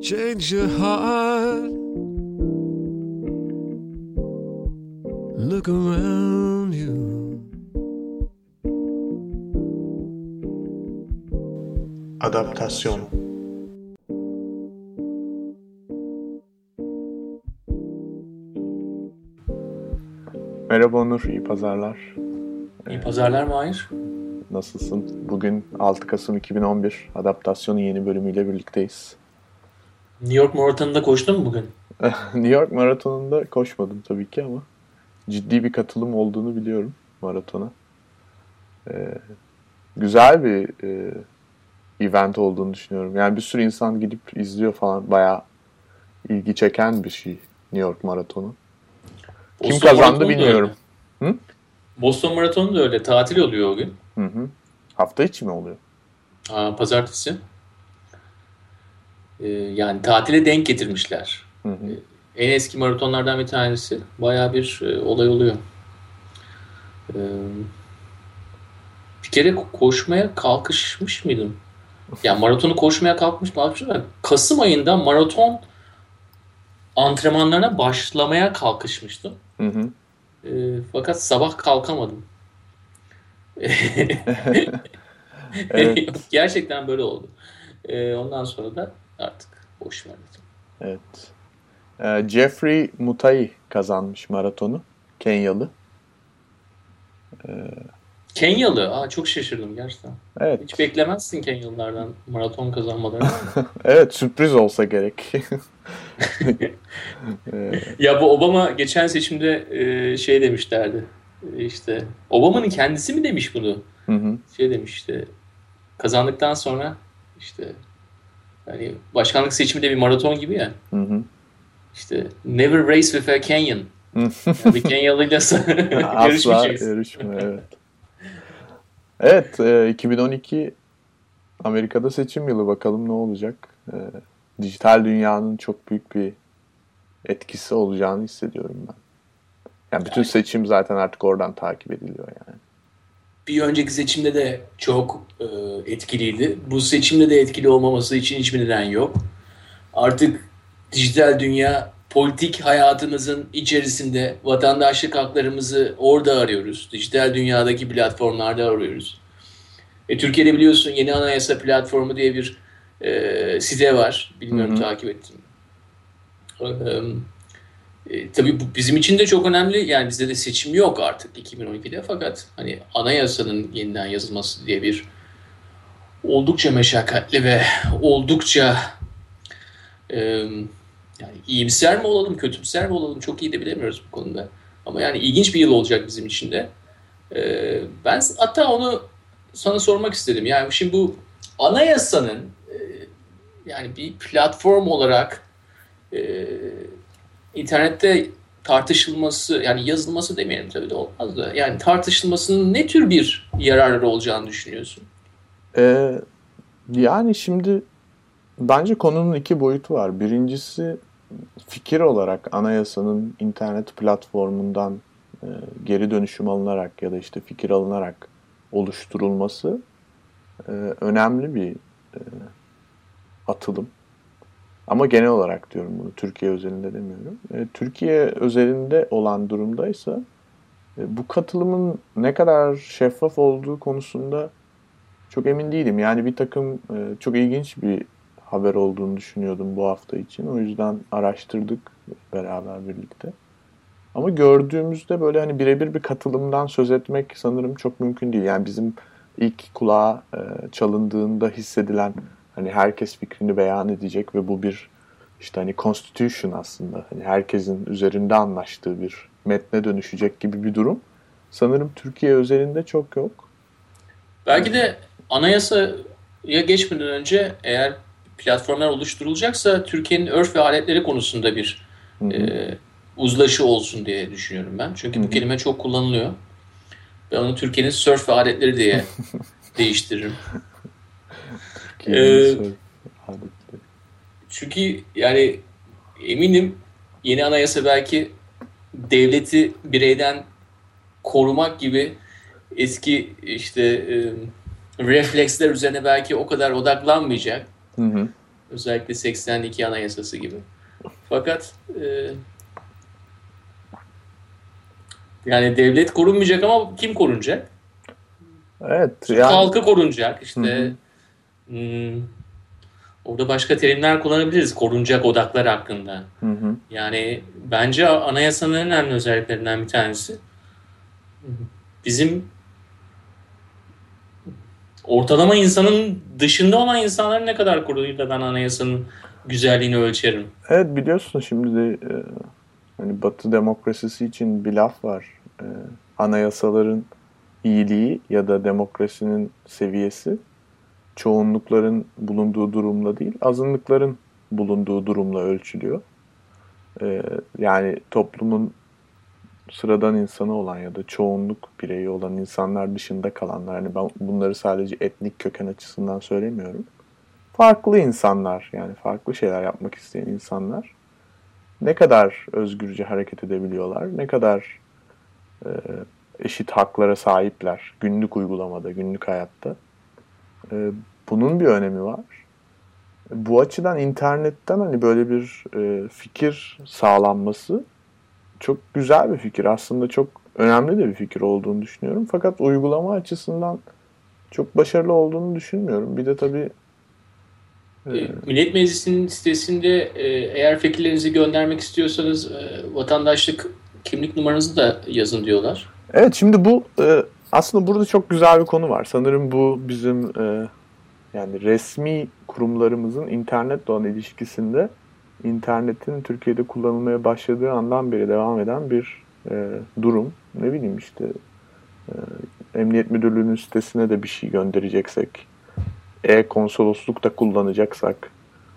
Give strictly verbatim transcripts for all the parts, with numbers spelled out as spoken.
change your heart. Look around you. Adaptasyon. Merhaba Onur, iyi pazarlar. İyi pazarlar Mahir. Nasılsın? Bugün altı Kasım iki bin on bir Adaptasyon'un yeni bölümüyle birlikteyiz. New York Maratonu'nda koştun mu bugün? New York Maratonu'nda koşmadım tabii ki ama ciddi bir katılım olduğunu biliyorum maratona. Ee, güzel bir e, event olduğunu düşünüyorum. Yani bir sürü insan gidip izliyor falan. Bayağı ilgi çeken bir şey New York Maratonu. Kim Boston kazandı Maratonu bilmiyorum. Hı? Boston Maratonu da öyle. Tatil oluyor o gün. Hı hı. Hafta içi mi oluyor? Aa, pazartesi. Ee, yani tatile denk getirmişler. Hı hı. Ee, en eski maratonlardan bir tanesi. Bayağı bir e, olay oluyor. Ee, bir kere koşmaya kalkışmış mıydım? Yani maratonu koşmaya kalkmış mı? Kasım ayında maraton antrenmanlarına başlamaya kalkışmıştım. Hı hı. E, fakat sabah kalkamadım. Evet. Gerçekten böyle oldu. E, ondan sonra da artık boş verdim. Evet. Ee, Jeffrey Mutai kazanmış maratonu. Kenyalı. Ee, Kenyalı. Aa, çok şaşırdım gerçekten. evet. Hiç beklemezsin Kenyalılardan maraton kazanmalarını. Evet, sürpriz olsa gerek. ee, Ya bu Obama geçen seçimde e, şey demişlerdi. E, işte Obama'nın kendisi mi demiş bunu? hı hı. Şey demişti. Kazandıktan sonra işte hani başkanlık seçimi de bir maraton gibi ya. Hı hı. İşte never race with a Kenyan. Yani bir Kenyalıyla Asla yarışmayacaksın. yarışma, evet. Evet, e, iki bin on iki Amerika'da seçim yılı, bakalım ne olacak. E, dijital dünyanın çok büyük bir etkisi olacağını hissediyorum ben. Yani bütün Yani seçim zaten artık oradan takip ediliyor yani. bir önceki seçimde de çok e, etkiliydi. Bu seçimde de etkili olmaması için hiçbir neden yok. Artık dijital dünya politik hayatımızın içerisinde, vatandaşlık haklarımızı orada arıyoruz. Dijital dünyadaki platformlarda arıyoruz. E, Türkiye'de biliyorsun Yeni Anayasa Platformu diye bir e, site var. Hı Bilmiyorum hı. takip ettim. E, e, tabii bu bizim için de çok önemli. Yani bizde de seçim yok artık iki bin on ikide. Fakat hani anayasanın yeniden yazılması diye bir oldukça meşakkatli ve oldukça e, yani iyimser mi olalım, kötümser mi olalım çok iyi de bilemiyoruz bu konuda. Ama yani ilginç bir yıl olacak bizim için de. E, ben hatta onu sana sormak istedim. Yani şimdi bu anayasanın e, yani bir platform olarak e, internette tartışılması, yani yazılması demeyelim tabii de olmaz da, yani tartışılmasının ne tür bir yararları olacağını düşünüyorsun? Ee, yani şimdi bence konunun iki boyutu var. Birincisi, fikir olarak anayasanın internet platformundan e, geri dönüşüm alınarak ya da işte fikir alınarak oluşturulması e, önemli bir e, atılım. Ama genel olarak diyorum bunu, Türkiye özelinde demiyorum. E, Türkiye özelinde olan durumdaysa e, bu katılımın ne kadar şeffaf olduğu konusunda çok emin değilim. Yani bir takım e, çok ilginç bir haber olduğunu düşünüyordum bu hafta için. O yüzden araştırdık beraber birlikte. Ama gördüğümüzde böyle hani birebir bir katılımdan söz etmek sanırım çok mümkün değil. Yani bizim ilk kulağa e, çalındığında hissedilen, hani herkes fikrini beyan edecek ve bu bir işte hani constitution aslında, hani herkesin üzerinde anlaştığı bir metne dönüşecek gibi bir durum sanırım Türkiye özelinde çok yok. Belki de anayasaya geçmeden önce eğer platformlar oluşturulacaksa Türkiye'nin örf ve adetleri konusunda bir Hı hı. e, uzlaşı olsun diye düşünüyorum ben. Çünkü Hı bu hı. kelime çok kullanılıyor. Ben onu Türkiye'nin sörf ve adetleri diye değiştiririm. Türkiye'nin E, sörf adetleri. çünkü yani eminim yeni anayasa belki devleti bireyden korumak gibi eski işte e, refleksler üzerine belki o kadar odaklanmayacak. Hı hı. Özellikle seksen iki Anayasası gibi. Fakat e, yani devlet korunmayacak ama kim korunacak? Evet. Türk Yani, halkı korunacak. İşte hı hı. hmm, orada başka terimler kullanabiliriz korunacak odaklar hakkında. Hı hı. Yani bence anayasanın en önemli özelliklerinden bir tanesi bizim ortalama insanın dışında olan insanları ne kadar koruyla ben anayasanın güzelliğini ölçerim. Evet, biliyorsun şimdi de e, hani Batı demokrasisi için bir laf var. E, anayasaların iyiliği ya da demokrasinin seviyesi çoğunlukların bulunduğu durumla değil, azınlıkların bulunduğu durumla ölçülüyor. E, yani toplumun sıradan insanı olan ya da çoğunluk bireyi olan insanlar dışında kalanlar, hani ben bunları sadece etnik köken açısından söylemiyorum. Farklı insanlar, yani farklı şeyler yapmak isteyen insanlar ne kadar özgürce hareket edebiliyorlar, ne kadar e, eşit haklara sahipler günlük uygulamada, günlük hayatta. E, bunun bir önemi var. Bu açıdan internetten hani böyle bir e, fikir sağlanması çok güzel bir fikir. Aslında çok önemli de bir fikir olduğunu düşünüyorum. Fakat uygulama açısından çok başarılı olduğunu düşünmüyorum. Bir de tabii e, E, Millet Meclisi'nin sitesinde e, eğer fikirlerinizi göndermek istiyorsanız e, vatandaşlık kimlik numaranızı da yazın diyorlar. evet, şimdi bu e, aslında burada çok güzel bir konu var. Sanırım bu bizim e, yani resmi kurumlarımızın internetle olan ilişkisinde internetin Türkiye'de kullanılmaya başladığı andan beri devam eden bir e, durum. Ne bileyim işte e, Emniyet Müdürlüğü'nün sitesine de bir şey göndereceksek, e-konsoloslukta kullanacaksak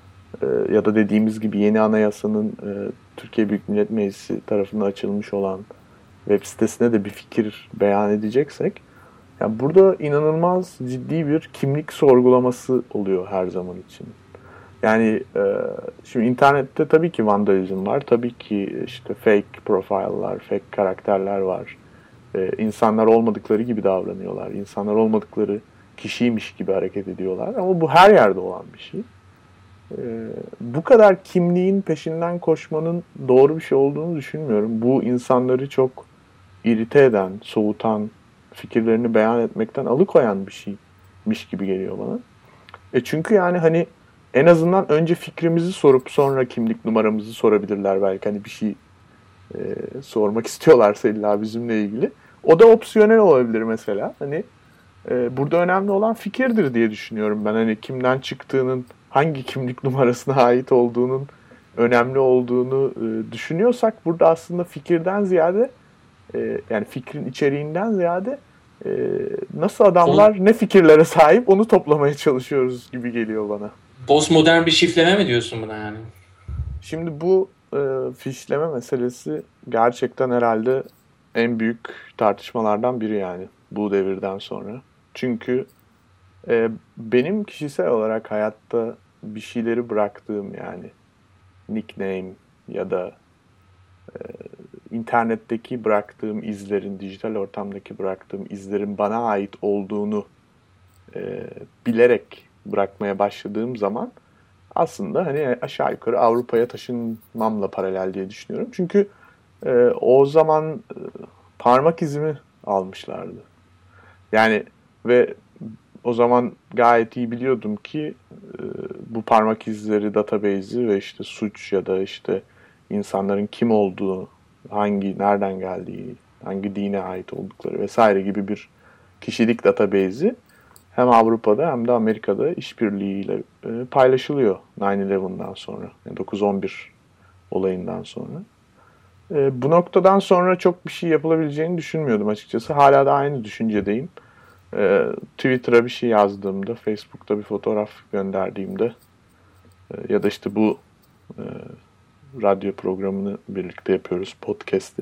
e, ya da dediğimiz gibi yeni anayasanın e, Türkiye Büyük Millet Meclisi tarafından açılmış olan web sitesine de bir fikir beyan edeceksek, yani burada inanılmaz ciddi bir kimlik sorgulaması oluyor her zaman için. Yani e, şimdi internette tabii ki vandalizm var, tabii ki işte fake profile'lar, fake karakterler var. E, insanlar olmadıkları gibi davranıyorlar, insanlar olmadıkları kişiymiş gibi hareket ediyorlar. Ama bu her yerde olan bir şey. E, bu kadar kimliğin peşinden koşmanın doğru bir şey olduğunu düşünmüyorum. Bu insanları çok irite eden, soğutan, fikirlerini beyan etmekten alıkoyan bir şeymiş gibi geliyor bana. E çünkü yani hani en azından önce fikrimizi sorup sonra kimlik numaramızı sorabilirler belki. Hani bir şey e, sormak istiyorlarsa illa bizimle ilgili. O da opsiyonel olabilir mesela. Hani e, burada önemli olan fikirdir diye düşünüyorum ben. Hani kimden çıktığının, hangi kimlik numarasına ait olduğunun önemli olduğunu e, düşünüyorsak burada aslında fikirden ziyade e, yani fikrin içeriğinden ziyade e, nasıl Son, adamlar ne fikirlere sahip onu toplamaya çalışıyoruz gibi geliyor bana. postmodern bir şifleme mi diyorsun buna yani? Şimdi bu e, fişleme meselesi gerçekten herhalde en büyük tartışmalardan biri yani bu devirden sonra. Çünkü e, benim kişisel olarak hayatta bir şeyleri bıraktığım, yani nickname ya da internetteki bıraktığım izlerin, dijital ortamdaki bıraktığım izlerin bana ait olduğunu e, bilerek bırakmaya başladığım zaman aslında hani aşağı yukarı Avrupa'ya taşınmamla paralel diye düşünüyorum. Çünkü e, o zaman e, parmak izimi almışlardı. Yani ve o zaman gayet iyi biliyordum ki e, bu parmak izleri database'i ve işte suç ya da işte insanların kim olduğu, hangi, nereden geldiği, hangi dine ait oldukları vesaire gibi bir kişilik database'i hem Avrupa'da hem de Amerika'da işbirliğiyle e, paylaşılıyor nine eleven'dan sonra, yani dokuz on bir olayından sonra. E, bu noktadan sonra çok bir şey yapılabileceğini düşünmüyordum açıkçası. Hala da aynı düşüncedeyim. E, Twitter'a bir şey yazdığımda, Facebook'ta bir fotoğraf gönderdiğimde e, ya da işte bu e, radyo programını birlikte yapıyoruz, podcast'i.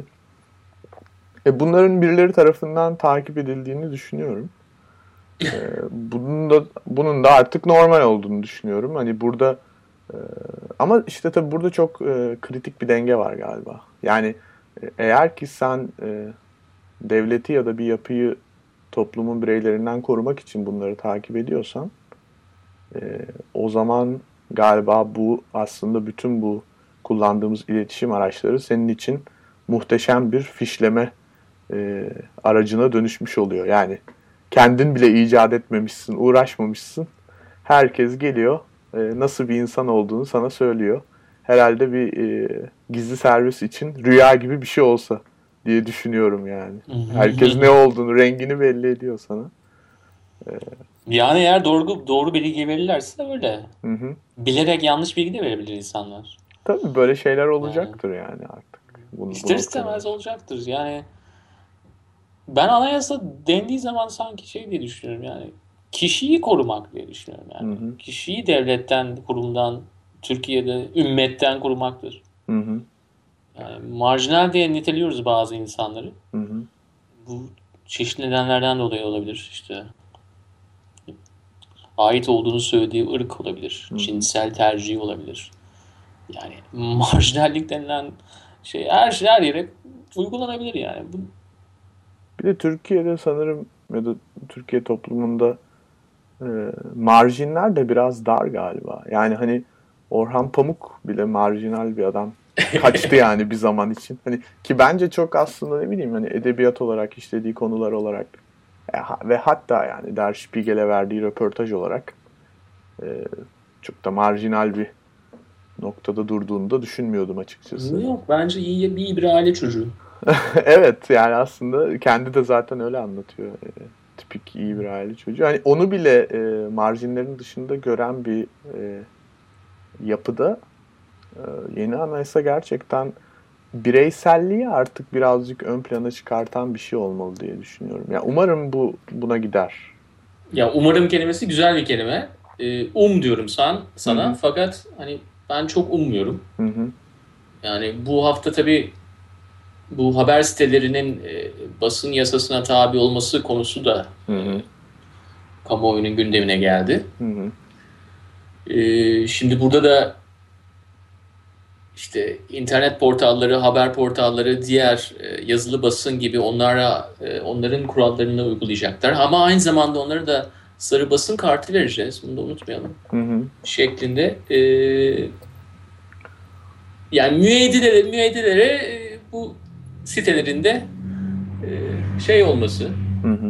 E, bunların birileri tarafından takip edildiğini düşünüyorum. E, bunun da bunun da artık normal olduğunu düşünüyorum. Hani burada e, ama işte tabii burada çok e, kritik bir denge var galiba. Yani e, eğer ki sen e, devleti ya da bir yapıyı toplumun bireylerinden korumak için bunları takip ediyorsan e, o zaman galiba bu aslında bütün bu kullandığımız iletişim araçları senin için muhteşem bir fişleme e, aracına dönüşmüş oluyor. Yani kendin bile icat etmemişsin, uğraşmamışsın. Herkes geliyor, e, nasıl bir insan olduğunu sana söylüyor. Herhalde bir e, gizli servis için rüya gibi bir şey olsa diye düşünüyorum yani. Herkes ne olduğunu, rengini belli ediyor sana. E, Yani eğer doğru doğru bilgi verirlerse öyle. Hı hı. Bilerek yanlış bilgi de verebilir insanlar. Tabii böyle şeyler olacaktır yani, yani artık. Bunu, İster istemez olacaktır. Yani ben anayasa dendiği zaman sanki şey diye düşünüyorum yani. Kişiyi korumak diye düşünüyorum yani. Hı hı. Kişiyi devletten, kurumdan, Türkiye'de ümmetten korumaktır. Hı hı. Yani marjinal diye niteliyoruz bazı insanları. Hı hı. Bu çeşitli nedenlerden dolayı olabilir. İşte ait olduğunu söylediği ırk olabilir. Hı hı. Cinsel tercih olabilir. Yani marjinallik denilen şey her şey her yere uygulanabilir yani. Bu... Bir de Türkiye'de sanırım ya da Türkiye toplumunda e, marjinler de biraz dar galiba. Yani hani Orhan Pamuk bile marjinal bir adam. Kaçtı yani bir zaman için. Hani ki bence çok aslında ne bileyim hani edebiyat olarak işlediği konular olarak e, ve hatta yani Der Spiegel'e verdiği röportaj olarak e, çok da marjinal bir noktada durduğunu da düşünmüyordum açıkçası. Yok bence iyi bir, bir aile çocuğu. Evet yani aslında kendi de zaten öyle anlatıyor. E, tipik iyi bir aile çocuğu. Hani onu bile e, marjinlerin dışında gören bir e, yapıda e, yeni anayasa gerçekten bireyselliği artık birazcık ön plana çıkartan bir şey olmalı diye düşünüyorum. Ya umarım bu buna gider. Ya umarım kelimesi güzel bir kelime. Ee, um diyorum san, sana. Hı hı. Fakat hani ben çok ummuyorum. Hı hı. Yani bu hafta tabii bu haber sitelerinin e, basın yasasına tabi olması konusu da hı hı. E, kamuoyunun gündemine geldi. Hı hı. E, şimdi burada da işte internet portalları, haber portalları, diğer e, yazılı basın gibi onlara e, onların kurallarını uygulayacaklar. Ama aynı zamanda onlara da sarı basın kartı vereceğiz. Bunu da unutmayalım. Hı hı. Şeklinde. E, yani müeyyidilere, müeyyidilere e, bu sitelerinde e, şey olması. Hı hı.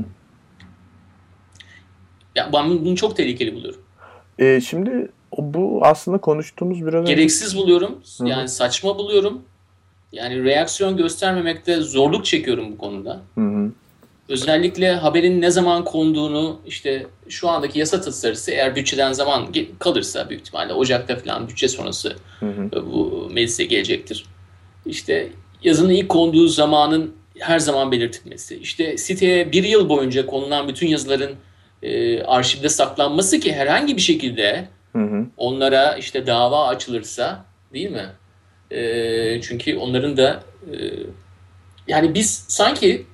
Ya ben bunu çok tehlikeli buluyorum. E, şimdi bu aslında konuştuğumuz biraz gereksiz önce... buluyorum. Hı-hı. Yani saçma buluyorum. Yani reaksiyon göstermemekte zorluk çekiyorum bu konuda. Hı-hı. Özellikle haberin ne zaman konduğunu işte şu andaki yasa tasarısı eğer bütçeden zaman kalırsa büyük ihtimalle Ocak'ta falan bütçe sonrası Hı-hı. bu meclise gelecektir. İşte yazının ilk konduğu zamanın her zaman belirtilmesi. İşte siteye bir yıl boyunca konulan bütün yazıların e, arşivde saklanması ki herhangi bir şekilde Hı-hı. onlara işte dava açılırsa değil mi? E, çünkü onların da e, yani biz sanki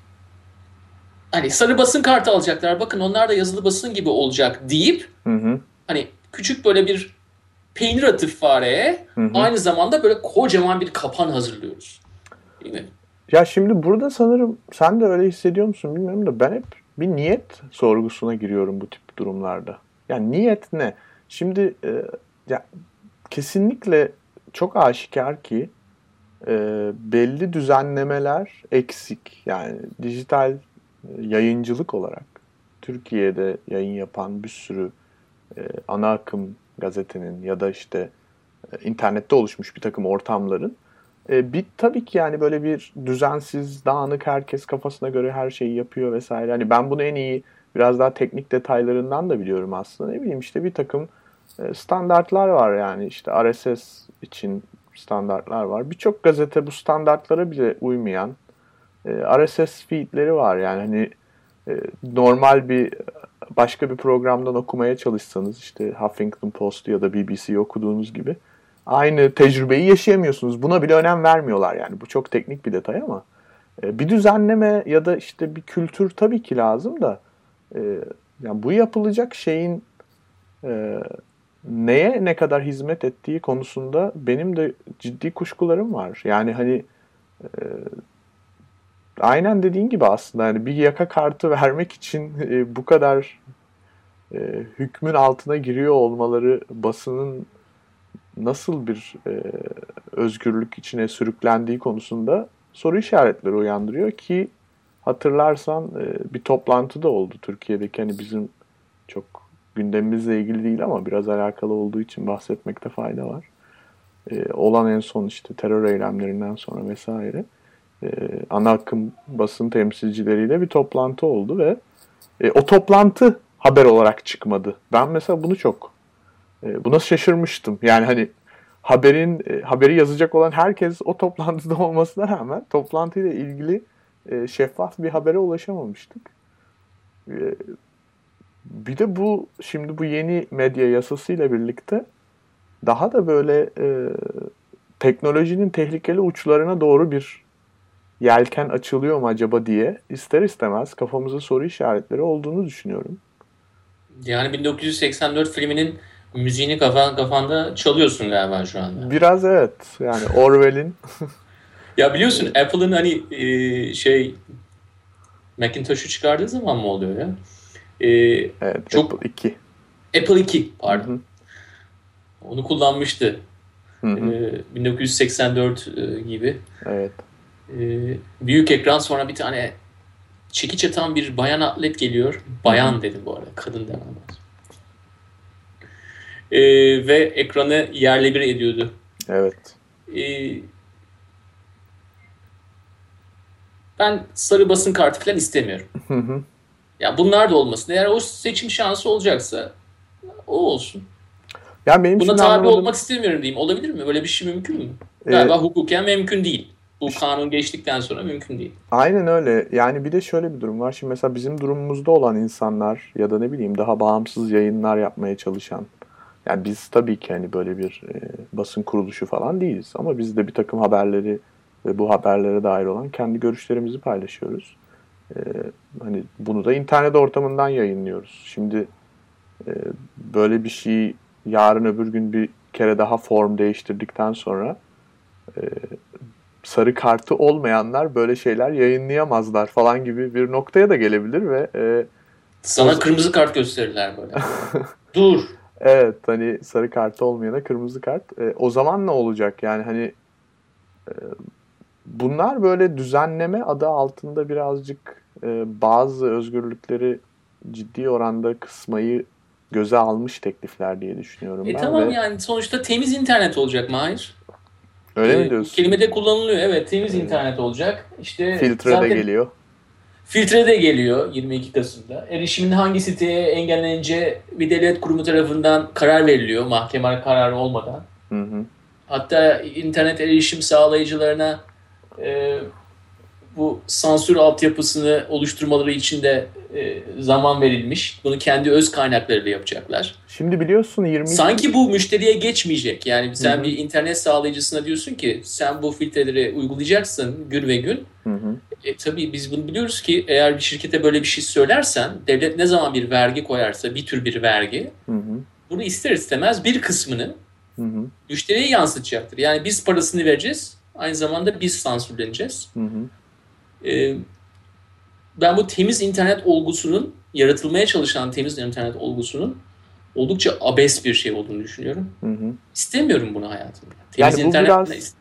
hani sarı basın kartı alacaklar. Bakın onlar da yazılı basın gibi olacak deyip hı hı. hani küçük böyle bir peynir atıp fareye hı hı. aynı zamanda böyle kocaman bir kapan hazırlıyoruz. Değil mi? Ya şimdi burada sanırım sen de öyle hissediyor musun bilmiyorum da ben hep bir niyet sorgusuna giriyorum bu tip durumlarda. Yani niyet ne? Şimdi e, ya kesinlikle çok aşikar ki e, belli düzenlemeler eksik. Yani dijital yayıncılık olarak Türkiye'de yayın yapan bir sürü e, ana akım gazetenin ya da işte e, internette oluşmuş bir takım ortamların e, bir tabii ki yani böyle bir düzensiz, dağınık herkes kafasına göre her şeyi yapıyor vesaire. Hani ben bunu en iyi biraz daha teknik detaylarından da biliyorum aslında. Ne bileyim işte bir takım e, standartlar var yani işte R S S için standartlar var. Birçok gazete bu standartlara bile uymayan R S S feedleri var yani hani normal bir başka bir programdan okumaya çalışsanız işte Huffington Post'u ya da B B C'yi okuduğunuz gibi aynı tecrübeyi yaşayamıyorsunuz. Buna bile önem vermiyorlar yani bu çok teknik bir detay ama bir düzenleme ya da işte bir kültür tabii ki lazım da yani bu yapılacak şeyin neye ne kadar hizmet ettiği konusunda benim de ciddi kuşkularım var. Yani hani aynen dediğin gibi aslında yani bir yaka kartı vermek için e, bu kadar e, hükmün altına giriyor olmaları basının nasıl bir e, özgürlük içine sürüklendiği konusunda soru işaretleri uyandırıyor ki hatırlarsan e, bir toplantıda oldu Türkiye'deki, hani bizim çok gündemimizle ilgili değil ama biraz alakalı olduğu için bahsetmekte fayda var. E, olan en son işte terör eylemlerinden sonra vesaire e, ana akım basın temsilcileriyle bir toplantı oldu ve e, o toplantı haber olarak çıkmadı. Ben mesela bunu çok e, buna şaşırmıştım. Yani hani haberin e, haberi yazacak olan herkes o toplantıda olmasına rağmen toplantıyla ilgili e, şeffaf bir habere ulaşamamıştık. E, bir de bu şimdi bu yeni medya yasasıyla birlikte daha da böyle e, teknolojinin tehlikeli uçlarına doğru bir yelken açılıyor mu acaba diye ister istemez kafamıza soru işaretleri olduğunu düşünüyorum. Yani bin dokuz yüz seksen dört filminin müziğini kafan, kafanda çalıyorsun galiba şu anda. Biraz evet. Yani Orwell'in Ya biliyorsun Apple'ın hani e, şey Macintosh'u çıkardığı zaman mı oluyor ya? E, evet, çok Apple iki. Apple iki pardon. Hı hı. Onu kullanmıştı. Hı hı. E, bin dokuz yüz seksen dört e, gibi. Evet. E, büyük ekran, sonra bir tane çekiç atan bir bayan atlet geliyor. Bayan hı hı. dedim bu arada. Kadın demem lazım. E, ve ekranı yerle bir ediyordu. Evet. E, ben sarı basın kartı falan istemiyorum. Hı hı. Ya bunlar da olmasın. Eğer o seçim şansı olacaksa o olsun. Ya benim Buna tabi anlamadım. olmak istemiyorum diyeyim. Olabilir mi? Böyle bir şey mümkün mü? Galiba ee, hukuken mümkün değil. Bu işte, kanun geçtikten sonra mümkün değil. Aynen öyle. Yani bir de şöyle bir durum var. Şimdi mesela bizim durumumuzda olan insanlar ya da ne bileyim daha bağımsız yayınlar yapmaya çalışan. Yani biz tabii ki hani böyle bir e, basın kuruluşu falan değiliz. Ama biz de bir takım haberleri ve bu haberlere dair olan kendi görüşlerimizi paylaşıyoruz. E, hani bunu da internet ortamından yayınlıyoruz. Şimdi e, böyle bir şey yarın öbür gün bir kere daha form değiştirdikten sonra e, sarı kartı olmayanlar böyle şeyler yayınlayamazlar falan gibi bir noktaya da gelebilir ve e, sana o... kırmızı kart gösterirler böyle. Dur. Evet, hani sarı kartı olmayana kırmızı kart. E, o zaman ne olacak? Yani hani e, bunlar böyle düzenleme adı altında birazcık e, bazı özgürlükleri ciddi oranda kısmayı göze almış teklifler diye düşünüyorum e ben. Tamam ve... yani sonuçta temiz internet olacak Mahir. Öyle ee, mi diyorsun? Kelimede kullanılıyor. Evet, temiz evet. internet olacak. İşte filtre zaten de geliyor. Filtre de geliyor yirmi iki Kasım'da. Erişimin hangi siteye engelleneceği bir devlet kurumu tarafından karar veriliyor. Mahkeme kararı olmadan. Hı hı. Hatta internet erişim sağlayıcılarına e, bu sansür altyapısını oluşturmaları için de e, zaman verilmiş. Bunu kendi öz kaynaklarıyla yapacaklar. Şimdi biliyorsun yirmi iki... Sanki bu müşteriye geçmeyecek. Yani sen hı hı. bir internet sağlayıcısına diyorsun ki sen bu filtreleri uygulayacaksın gün ve gün. Hı hı. E, tabii biz bunu biliyoruz ki eğer bir şirkete böyle bir şey söylersen devlet ne zaman bir vergi koyarsa bir tür bir vergi hı hı. bunu ister istemez bir kısmını hı hı. müşteriye yansıtacaktır. Yani biz parasını vereceğiz, aynı zamanda biz sansürleneceğiz. Hı hı. E, ben bu temiz internet olgusunun, yaratılmaya çalışan temiz internet olgusunun oldukça abes bir şey olduğunu düşünüyorum. Hı hı. İstemiyorum bunu hayatımda. Temiz yani bu internet biraz... ist-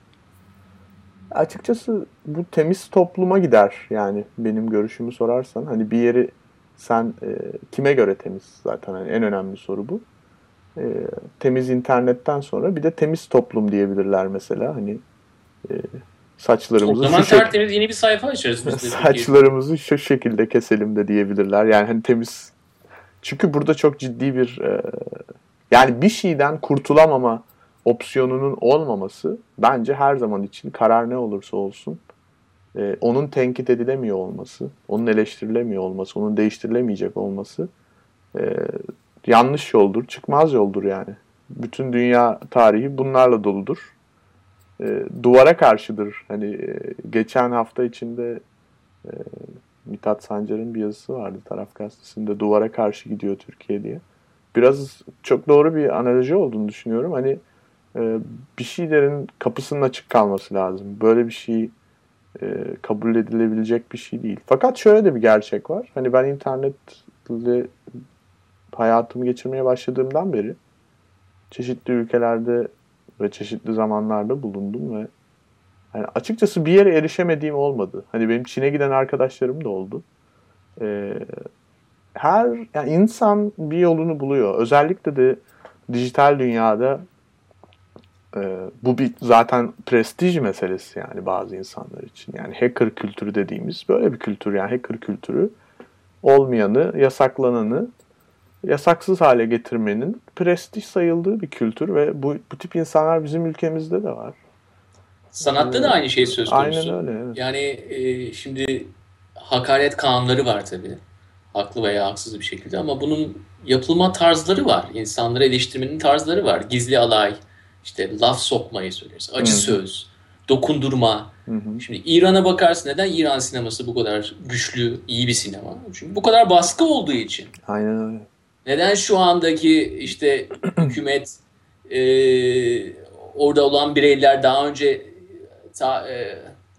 Açıkçası bu temiz topluma gider yani benim görüşümü sorarsan. Hani bir yeri sen e, kime göre temiz zaten hani en önemli soru bu. E, temiz internetten sonra bir de temiz toplum diyebilirler mesela. Hani e, saçlarımızı o zaman şu şekilde tertemiz yeni bir sayfa açarız biz de. saçlarımızı şu şekilde keselim de diyebilirler. Yani hani temiz. Çünkü burada çok ciddi bir e, yani bir şeyden kurtulamama opsiyonunun olmaması bence her zaman için karar ne olursa olsun e, onun tenkit edilemiyor olması, onun eleştirilemiyor olması, onun değiştirilemeyecek olması e, yanlış yoldur, çıkmaz yoldur yani. Bütün dünya tarihi bunlarla doludur. E, duvara karşıdır. Hani e, geçen hafta içinde e, Mithat Sancar'ın bir yazısı vardı Taraf Gazetesi'nde, duvara karşı gidiyor Türkiye diye. Biraz çok doğru bir analoji olduğunu düşünüyorum. Hani e, bir şeylerin kapısının açık kalması lazım. Böyle bir şey e, kabul edilebilecek bir şey değil. Fakat şöyle de bir gerçek var. Hani ben internetle hayatımı geçirmeye başladığımdan beri çeşitli ülkelerde ve çeşitli zamanlarda bulundum ve yani açıkçası bir yere erişemediğim olmadı. Hani benim Çin'e giden arkadaşlarım da oldu. Ee, her yani insan bir yolunu buluyor. Özellikle de dijital dünyada e, bu bir zaten prestij meselesi yani bazı insanlar için. Yani hacker kültürü dediğimiz böyle bir kültür, yani hacker kültürü olmayanı, yasaklananı yasaksız hale getirmenin prestij sayıldığı bir kültür ve bu, bu tip insanlar bizim ülkemizde de var. Sanatta ee, da aynı şey söz konusu. Aynen öyle. Evet. Yani e, şimdi hakaret kanunları var tabii. Haklı veya haksız bir şekilde, ama bunun yapılma tarzları var. İnsanları eleştirmenin tarzları var. Gizli alay, işte laf sokmayı söyleriz, acı Hı-hı. söz, dokundurma. Hı-hı. Şimdi İran'a bakarsın, neden İran sineması bu kadar güçlü, iyi bir sinema? Çünkü bu kadar baskı olduğu için. Aynen öyle. Neden şu andaki işte hükümet, e, orada olan bireyler daha önce ta, e,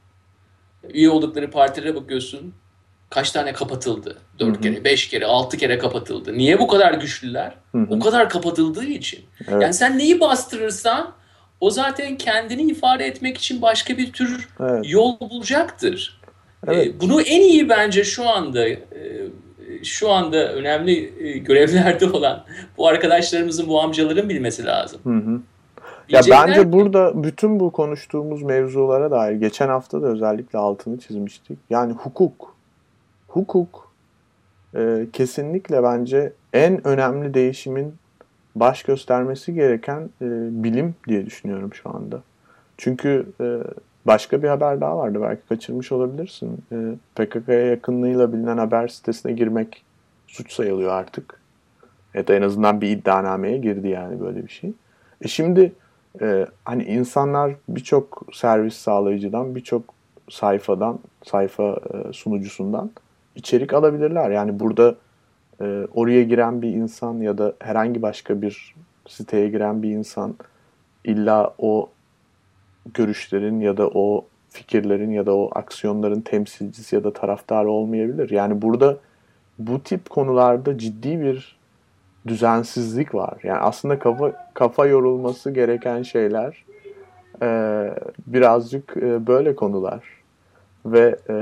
üye oldukları partilere bakıyorsun. Kaç tane kapatıldı? Dört Hı-hı. kere, beş kere, altı kere kapatıldı. Niye bu kadar güçlüler? Hı-hı. O kadar kapatıldığı için. Evet. Yani sen neyi bastırırsan o zaten kendini ifade etmek için başka bir tür evet. yol bulacaktır. Evet. Ee, bunu en iyi bence şu anda e, şu anda önemli e, görevlerde olan bu arkadaşlarımızın, bu amcaların bilmesi lazım. Hı hı. Ya bence ki, burada bütün bu konuştuğumuz mevzulara dair geçen hafta da özellikle altını çizmiştik. Yani hukuk. Hukuk e, kesinlikle bence en önemli değişimin baş göstermesi gereken e, bilim diye düşünüyorum şu anda. Çünkü e, başka bir haber daha vardı, belki kaçırmış olabilirsin. E, P K K'ya yakınlığıyla bilinen haber sitesine girmek suç sayılıyor artık. Ya da en azından bir iddianameye girdi yani böyle bir şey. E şimdi e, hani insanlar birçok servis sağlayıcıdan, birçok sayfadan, sayfa e, sunucusundan içerik alabilirler. Yani burada e, oraya giren bir insan ya da herhangi başka bir siteye giren bir insan illa o görüşlerin ya da o fikirlerin ya da o aksiyonların temsilcisi ya da taraftarı olmayabilir. Yani burada bu tip konularda ciddi bir düzensizlik var. Yani aslında kafa kafa yorulması gereken şeyler e, birazcık e, böyle konular ve e,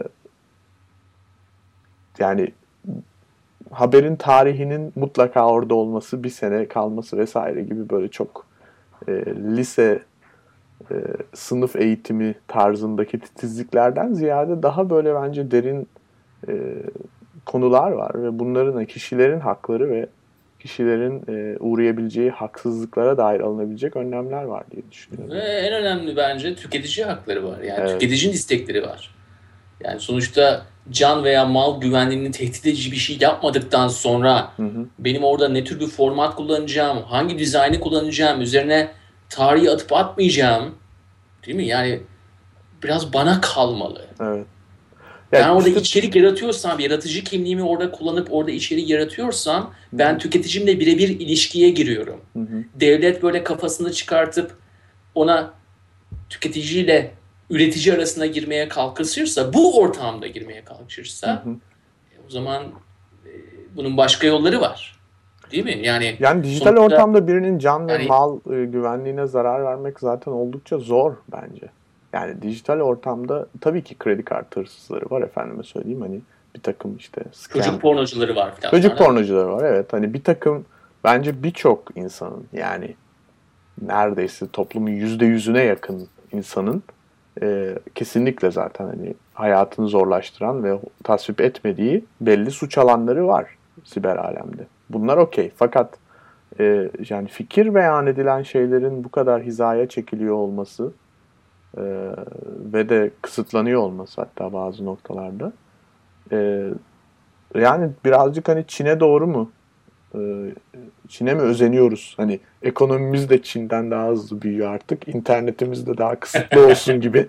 yani haberin tarihinin mutlaka orada olması, bir sene kalması vesaire gibi böyle çok e, lise e, sınıf eğitimi tarzındaki titizliklerden ziyade daha böyle bence derin e, konular var ve bunların kişilerin hakları ve kişilerin e, uğrayabileceği haksızlıklara dair alınabilecek önlemler var diye düşünüyorum. Ve en önemli bence tüketici hakları var. Yani evet. Tüketicinin istekleri var. Yani sonuçta can veya mal güvenliğini tehdit edici bir şey yapmadıktan sonra hı hı. benim orada ne tür bir format kullanacağım, hangi dizaynı kullanacağım, üzerine tarihi atıp atmayacağım, değil mi? Yani biraz bana kalmalı. Evet. Yani ben orada işte... içerik yaratıyorsam, yaratıcı kimliğimi orada kullanıp orada içerik yaratıyorsam Hı-hı. ben tüketicimle birebir ilişkiye giriyorum. Hı-hı. Devlet böyle kafasını çıkartıp ona tüketiciyle üretici arasına girmeye kalkışırsa, bu ortamda girmeye kalkışırsa e, o zaman e, bunun başka yolları var. Değil mi? Yani yani dijital sonuçta, ortamda birinin can ve yani, mal e, güvenliğine zarar vermek zaten oldukça zor bence. Yani dijital ortamda tabii ki kredi kartı hırsızları var, efendime söyleyeyim, hani bir takım işte scam. Çocuk pornocuları var falan. Çocuk pornocuları var, evet. Hani bir takım bence birçok insanın, yani neredeyse toplumun yüzde yüzüne yakın insanın e, kesinlikle zaten hani hayatını zorlaştıran ve tasvip etmediği belli suç alanları var siber alemde. Bunlar okey. Fakat e, yani fikir beyan edilen şeylerin bu kadar hizaya çekiliyor olması e, ve de kısıtlanıyor olması hatta bazı noktalarda e, yani birazcık hani Çin'e doğru mu? E, Çin'e mi özeniyoruz? Hani ekonomimiz de Çin'den daha hızlı büyüyor artık. İnternetimiz de daha kısıtlı olsun gibi.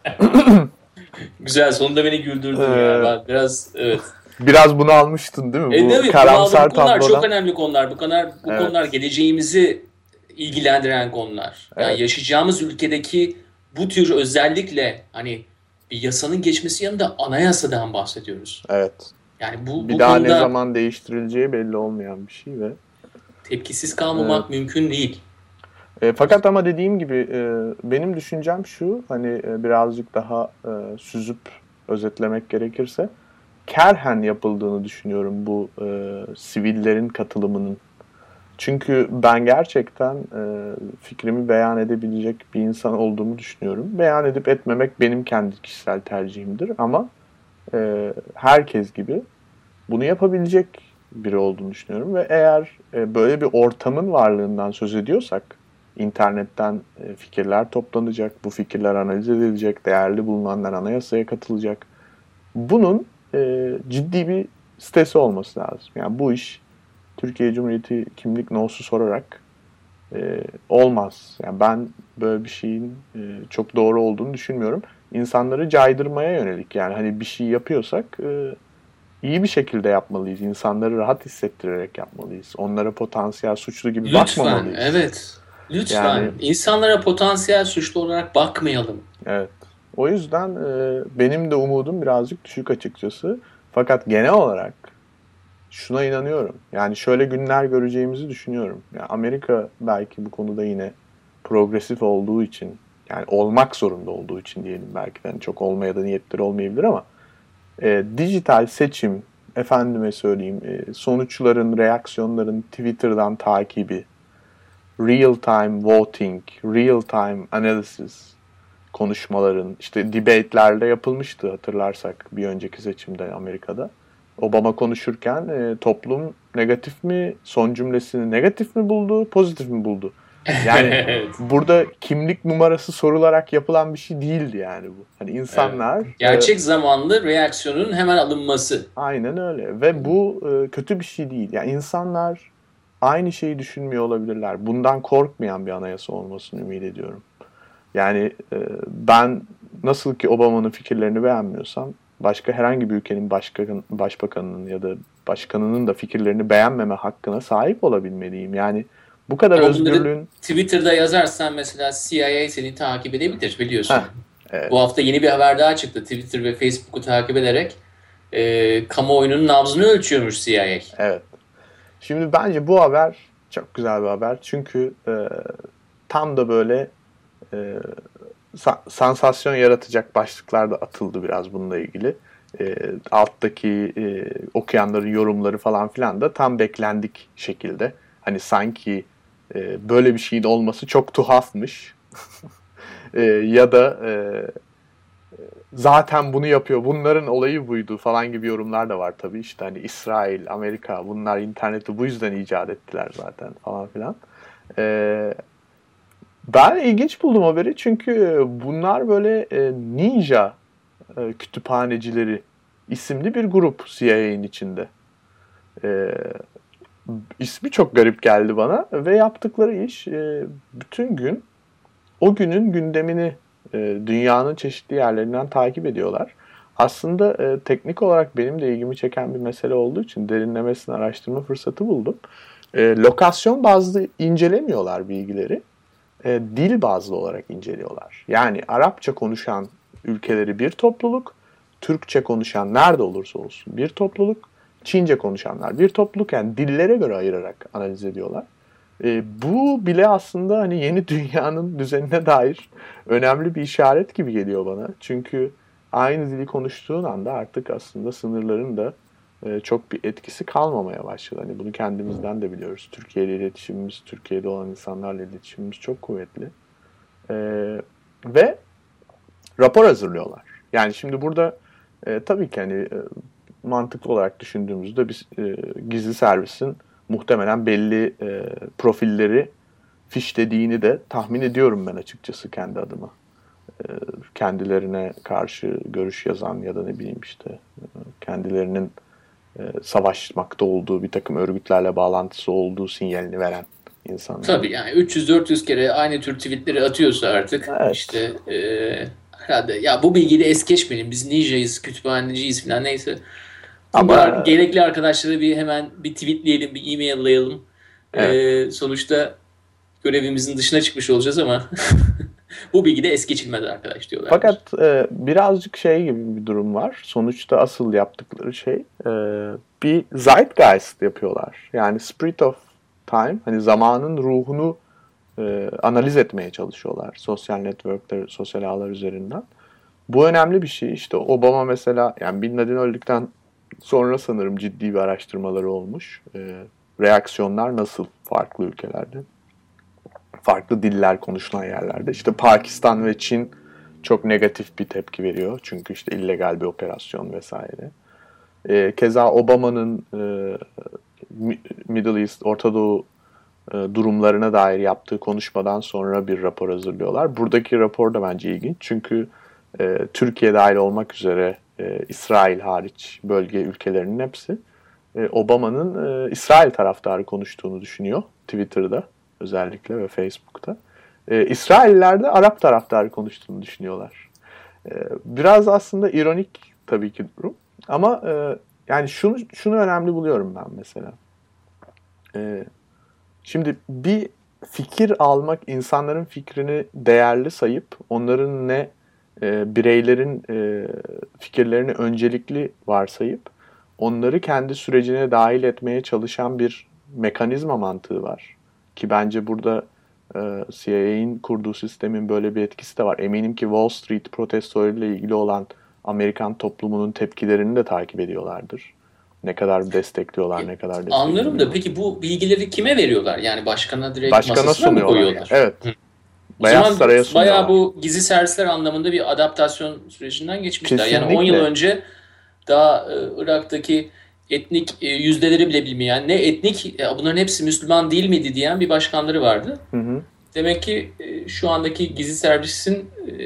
Güzel. Sonunda beni güldürdün ee, ya. Ben biraz evet. Biraz bunu almıştın değil mi? E, bu tabii, karamsar bu konular tablodan. çok önemli konular. Bu konular bu evet. konular geleceğimizi ilgilendiren konular. Yani evet. yaşayacağımız ülkedeki bu tür özellikle hani bir yasanın geçmesi yanında anayasadan bahsediyoruz. Evet. Yani bu bir bu daha konuda ne zaman değiştirileceği belli olmayan bir şey ve tepkisiz kalmamak evet. mümkün değil. E, fakat ama dediğim gibi e, benim düşüncem şu, hani e, birazcık daha e, süzüp özetlemek gerekirse, kerhen yapıldığını düşünüyorum bu e, sivillerin katılımının. Çünkü ben gerçekten e, fikrimi beyan edebilecek bir insan olduğumu düşünüyorum. Beyan edip etmemek benim kendi kişisel tercihimdir ama e, herkes gibi bunu yapabilecek biri olduğunu düşünüyorum. Ve eğer e, böyle bir ortamın varlığından söz ediyorsak, internetten e, fikirler toplanacak, bu fikirler analiz edilecek, değerli bulunanlar anayasaya katılacak. Bunun e, ciddi bir sitesi olması lazım. Yani bu iş Türkiye Cumhuriyeti kimlik nosu sorarak e, olmaz. Yani ben böyle bir şeyin e, çok doğru olduğunu düşünmüyorum. İnsanları caydırmaya yönelik, yani hani bir şey yapıyorsak e, iyi bir şekilde yapmalıyız. İnsanları rahat hissettirerek yapmalıyız. Onlara potansiyel suçlu gibi Lütfen, bakmamalıyız. evet. Lütfen. Yani, İnsanlara potansiyel suçlu olarak bakmayalım. Evet. O yüzden e, benim de umudum birazcık düşük açıkçası. Fakat genel olarak şuna inanıyorum. Yani şöyle günler göreceğimizi düşünüyorum. Yani Amerika belki bu konuda yine progresif olduğu için, yani olmak zorunda olduğu için diyelim, belki de yani çok olmaya da niyetleri olmayabilir ama e, dijital seçim, efendime söyleyeyim, e, sonuçların, reaksiyonların Twitter'dan takibi, real time voting, real time analysis konuşmaların, işte debate'lerde yapılmıştı hatırlarsak bir önceki seçimde Amerika'da. Obama konuşurken e, toplum negatif mi, son cümlesini negatif mi buldu, pozitif mi buldu? Yani Evet. burada kimlik numarası sorularak yapılan bir şey değildi yani bu. Hani insanlar... Evet. Gerçek e, zamanlı reaksiyonun hemen alınması. Aynen öyle. Ve bu e, kötü bir şey değil. Yani insanlar aynı şeyi düşünmüyor olabilirler. Bundan korkmayan bir anayasa olmasını ümit ediyorum. Yani e, ben nasıl ki Obama'nın fikirlerini beğenmiyorsam, başka herhangi bir ülkenin başkan, başbakanının ya da başkanının da fikirlerini beğenmeme hakkına sahip olabilmeliyim. Yani bu kadar Ama özgürlüğün... bunları Twitter'da yazarsan mesela C I A seni takip edebilir, biliyorsun. Heh, evet. Bu hafta yeni bir haber daha çıktı. Twitter ve Facebook'u takip ederek e, kamuoyunun nabzını ölçüyormuş C I A. Evet. Şimdi bence bu haber çok güzel bir haber. Çünkü e, tam da böyle e, sa- sansasyon yaratacak başlıklar da atıldı biraz bununla ilgili. E, alttaki e, okuyanların yorumları falan filan da tam beklendik şekilde. Hani sanki e, böyle bir şeyin olması çok tuhafmış. e, ya da e, zaten bunu yapıyor, bunların olayı buydu falan gibi yorumlar da var tabii. İşte hani İsrail, Amerika, bunlar interneti bu yüzden icat ettiler zaten falan filan. E, ben ilginç buldum haberi çünkü bunlar böyle e, ninja e, kütüphanecileri isimli bir grup C I A'nin içinde. E, ismi çok garip geldi bana ve yaptıkları iş e, bütün gün o günün gündemini e, dünyanın çeşitli yerlerinden takip ediyorlar. Aslında e, teknik olarak benim de ilgimi çeken bir mesele olduğu için derinlemesine araştırma fırsatı buldum. E, lokasyon bazlı incelemiyorlar bilgileri. E, dil bazlı olarak inceliyorlar. Yani Arapça konuşan ülkeleri bir topluluk, Türkçe konuşan nerede olursa olsun bir topluluk, Çince konuşanlar bir topluluk, yani dillere göre ayırarak analiz ediyorlar. E, bu bile aslında hani yeni dünyanın düzenine dair önemli bir işaret gibi geliyor bana. Çünkü aynı dili konuştuğun anda artık aslında sınırların da e, çok bir etkisi kalmamaya başladı. Hani bunu kendimizden de biliyoruz. Türkiye ile iletişimimiz, Türkiye'de olan insanlarla iletişimimiz çok kuvvetli. E, ve rapor hazırlıyorlar. Yani şimdi burada e, tabii ki hani e, mantıklı olarak düşündüğümüzde biz e, gizli servisin muhtemelen belli e, profilleri fişlediğini de tahmin ediyorum ben açıkçası kendi adıma. E, kendilerine karşı görüş yazan ya da ne bileyim işte e, kendilerinin e, savaşmakta olduğu bir takım örgütlerle bağlantısı olduğu sinyalini veren insanlar. Tabii yani üç yüz dört yüz kere aynı tür tweetleri atıyorsa artık Evet. işte e, herhalde ya bu bilgiyle es geçmeyin, biz ninjayız, kütüphaneciyiz falan neyse. Ama Ama gerekli arkadaşlara bir hemen bir tweetleyelim, bir e-mail'layalım. evet. Ee, sonuçta görevimizin dışına çıkmış olacağız ama bu bilgi de es geçilmez arkadaş diyorlar. Fakat e, birazcık şey gibi bir durum var. Sonuçta asıl yaptıkları şey e, bir zeitgeist yapıyorlar. Yani spirit of time, hani zamanın ruhunu e, analiz etmeye çalışıyorlar sosyal networkler, sosyal ağlar üzerinden. Bu önemli bir şey. İşte Obama mesela, yani Bin Laden öldükten sonra sanırım ciddi bir araştırmaları olmuş. E, reaksiyonlar nasıl farklı ülkelerde, farklı diller konuşulan yerlerde. İşte Pakistan ve Çin çok negatif bir tepki veriyor. Çünkü işte illegal bir operasyon vesaire. E, keza Obama'nın e, Middle East, Orta Doğu e, durumlarına dair yaptığı konuşmadan sonra bir rapor hazırlıyorlar. Buradaki rapor da bence ilginç. Çünkü e, Türkiye dahil olmak üzere e, İsrail hariç bölge ülkelerinin hepsi e, Obama'nın e, İsrail taraftarı konuştuğunu düşünüyor. Twitter'da özellikle ve Facebook'ta. E, İsrailliler de Arap taraftarı konuştuğunu düşünüyorlar. E, biraz aslında ironik tabii ki durum. Ama e, yani şunu şunu önemli buluyorum ben mesela. E, şimdi bir fikir almak, insanların fikrini değerli sayıp onların ne e, bireylerin e, fikirlerini öncelikli varsayıp onları kendi sürecine dahil etmeye çalışan bir mekanizma mantığı var. Ki bence burada e, C I A'nin kurduğu sistemin böyle bir etkisi de var. Eminim ki Wall Street protestolarıyla ilgili olan Amerikan toplumunun tepkilerini de takip ediyorlardır. Ne kadar destekliyorlar, ne kadar destekliyorlar. Anlarım da peki bu bilgileri kime veriyorlar? Yani başkana direkt Başkana masasına mı koyuyorlar? Yani. Evet. Hı. Beyaz Saray'a sunuyorlar. Bayağı bu gizli servisler anlamında bir adaptasyon sürecinden geçmişler. Kesinlikle. Yani on yıl önce daha Irak'taki etnik yüzdeleri bile bilmeyen, ne etnik, bunların hepsi Müslüman değil miydi diyen bir başkanları vardı. Hı hı. Demek ki şu andaki gizli servisin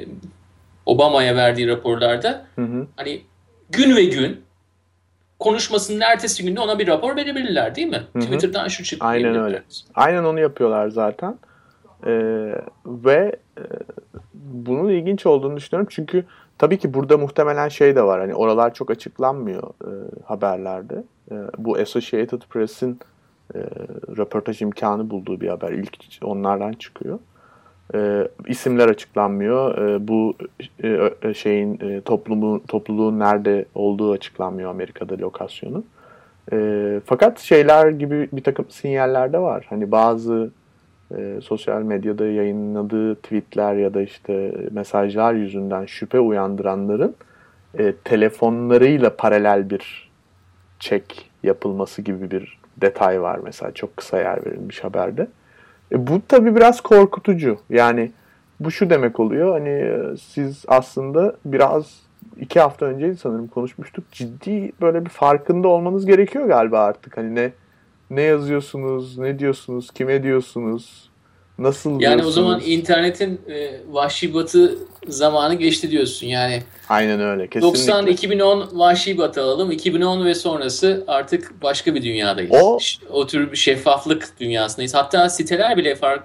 Obama'ya verdiği raporlarda hı hı. hani gün ve gün konuşmasının ertesi günde ona bir rapor verebilirler değil mi? Hı hı. Twitter'dan şu çıktı. Aynen öyle. Aynen onu yapıyorlar zaten. Ee, ve e, bunun ilginç olduğunu düşünüyorum. Çünkü tabii ki burada muhtemelen şey de var. Hani oralar çok açıklanmıyor e, haberlerde. E, bu Associated Press'in e, röportaj imkanı bulduğu bir haber. İlk onlardan çıkıyor. E, isimler açıklanmıyor. E, bu e, şeyin e, toplumun topluluğun nerede olduğu açıklanmıyor, Amerika'da lokasyonu. E, fakat şeyler gibi bir takım sinyaller de var. Hani bazı e, sosyal medyada yayınladığı tweetler ya da işte mesajlar yüzünden şüphe uyandıranların e, telefonlarıyla paralel bir check yapılması gibi bir detay var mesela. Çok kısa yer verilmiş haberde. E, bu tabii biraz korkutucu. Yani bu şu demek oluyor. Hani siz aslında biraz iki hafta önce sanırım konuşmuştuk. Ciddi böyle bir farkında olmanız gerekiyor galiba artık. Hani ne ne yazıyorsunuz, ne diyorsunuz, kime diyorsunuz, nasıl yani diyorsunuz? Yani o zaman internetin e, vahşi batı zamanı geçti diyorsun. Yani aynen öyle. Kesinlikle. doksan iki bin on vahşi batı alalım. iki bin on ve sonrası artık başka bir dünyadayız. O, o tür bir şeffaflık dünyasındayız. Hatta siteler bile fark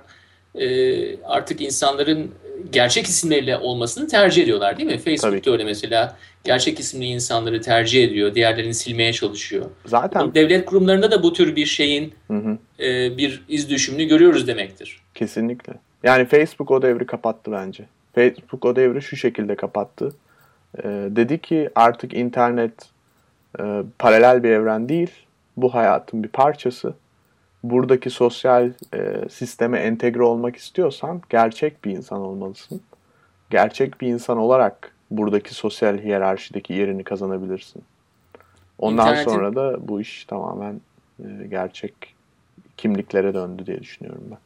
e, artık insanların gerçek isimleriyle olmasını tercih ediyorlar değil mi? Facebook'ta öyle mesela. Gerçek isimli insanları tercih ediyor. Diğerlerini silmeye çalışıyor. Zaten devlet kurumlarında da bu tür bir şeyin hı hı. E, bir iz düşümünü görüyoruz demektir. Kesinlikle. Yani Facebook o devri kapattı bence. Facebook o devri şu şekilde kapattı. Ee, dedi ki artık internet e, paralel bir evren değil. Bu hayatın bir parçası. Buradaki sosyal e, sisteme entegre olmak istiyorsan gerçek bir insan olmalısın. Gerçek bir insan olarak buradaki sosyal hiyerarşideki yerini kazanabilirsin. Ondan İnternetin... sonra da bu iş tamamen e, gerçek kimliklere döndü diye düşünüyorum ben.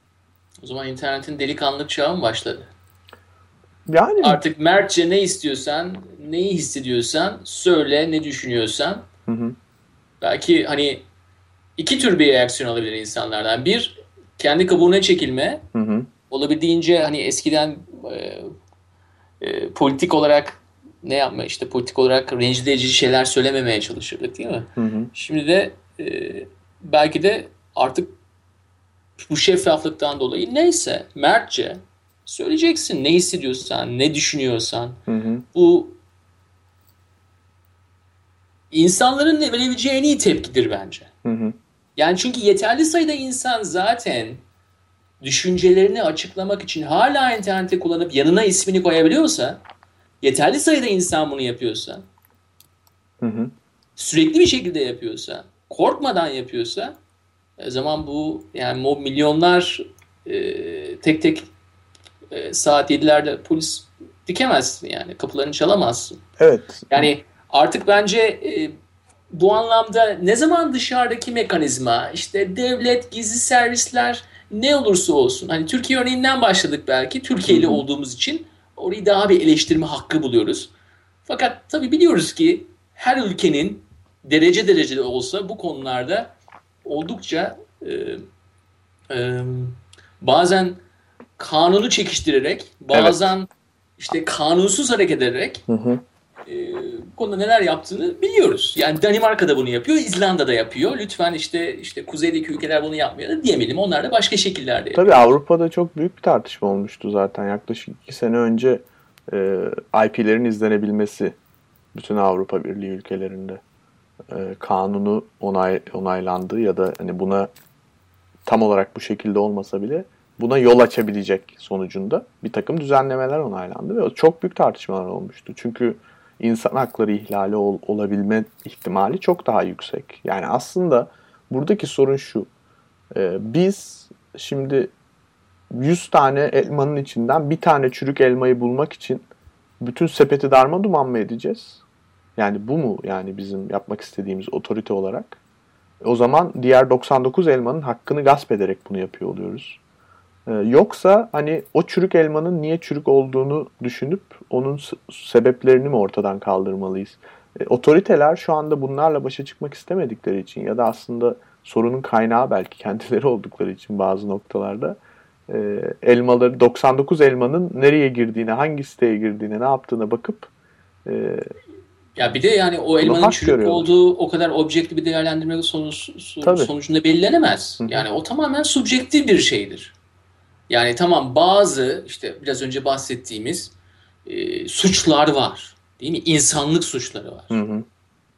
O zaman internetin delikanlı çağı mı başladı? Yani artık mertçe ne istiyorsan, neyi hissediyorsan söyle, ne düşünüyorsan. Hı hı. Belki hani iki tür bir reaksiyon alabilir insanlardan. Bir, kendi kabuğuna çekilme. Hı hı. Olabildiğince hani eskiden e, e, politik olarak ne yapma işte politik olarak rencide edici şeyler söylememeye çalışırdık değil mi? Hı hı. Şimdi de e, belki de artık bu şeffaflıktan dolayı neyse mertçe söyleyeceksin. Ne hissediyorsan, ne düşünüyorsan. Hı hı. Bu insanların verebileceği en iyi tepkidir bence. Hı hı. Yani çünkü yeterli sayıda insan zaten düşüncelerini açıklamak için hala interneti kullanıp yanına ismini koyabiliyorsa, yeterli sayıda insan bunu yapıyorsa, hı hı. sürekli bir şekilde yapıyorsa, korkmadan yapıyorsa, o zaman bu yani o milyonlar e, tek tek e, saat yedilerde polis dikemezsin yani. Kapılarını çalamazsın. Evet. Yani artık bence e, bu anlamda ne zaman dışarıdaki mekanizma, işte devlet, gizli servisler ne olursa olsun. Hani Türkiye örneğinden başladık belki. Türkiye'li olduğumuz için orayı daha bir eleştirme hakkı buluyoruz. Fakat tabii biliyoruz ki her ülkenin derece derecede olsa bu konularda oldukça e, e, bazen kanunu çekiştirerek, bazen evet. işte kanunsuz hareket ederek hı hı. E, bu konuda neler yaptığını biliyoruz. Yani Danimarka'da bunu yapıyor, İzlanda'da yapıyor. Lütfen işte işte kuzeydeki ülkeler bunu yapmıyor da diyemeyelim. Onlar da başka şekillerde yapıyor. Tabii Avrupa'da çok büyük bir tartışma olmuştu zaten. Yaklaşık iki sene önce e, I P'lerin izlenebilmesi bütün Avrupa Birliği ülkelerinde e, kanunu onay onaylandı ya da hani buna tam olarak bu şekilde olmasa bile buna yol açabilecek sonucunda bir takım düzenlemeler onaylandı ve çok büyük tartışmalar olmuştu. Çünkü insan hakları ihlali ol, olabilme ihtimali çok daha yüksek. Yani aslında buradaki sorun şu. E, biz şimdi yüz tane elmanın içinden bir tane çürük elmayı bulmak için bütün sepeti darmaduman mı edeceğiz? Yani bu mu yani bizim yapmak istediğimiz otorite olarak? O zaman diğer doksan dokuz elmanın hakkını gasp ederek bunu yapıyor oluyoruz. Ee, yoksa hani o çürük elmanın niye çürük olduğunu düşünüp onun sebeplerini mi ortadan kaldırmalıyız? E, otoriteler şu anda bunlarla başa çıkmak istemedikleri için ya da aslında sorunun kaynağı belki kendileri oldukları için bazı noktalarda e, elmaları doksan dokuz elmanın nereye girdiğine, hangi siteye girdiğine, ne yaptığına bakıp e, ya bir de yani o elmanın çürük görüyorlar. Olduğu o kadar objektif bir değerlendirme sonuç, sonucunda belirlenemez. Hı-hı. Yani o tamamen subjektif bir şeydir. Yani tamam bazı işte biraz önce bahsettiğimiz e, suçlar var. Değil mi? İnsanlık suçları var. Hı hı.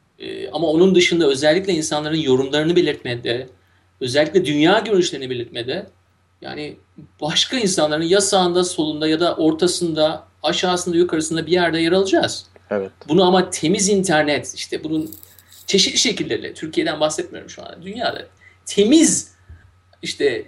E, ama onun dışında özellikle insanların yorumlarını belirtmede, özellikle dünya görüşlerini belirtmede yani başka insanların ya sağında, solunda ya da ortasında, aşağısında, yukarısında bir yerde yer alacağız. Evet. Bunu ama temiz internet, işte bunun çeşitli şekilleriyle, Türkiye'den bahsetmiyorum şu anda, dünyada temiz işte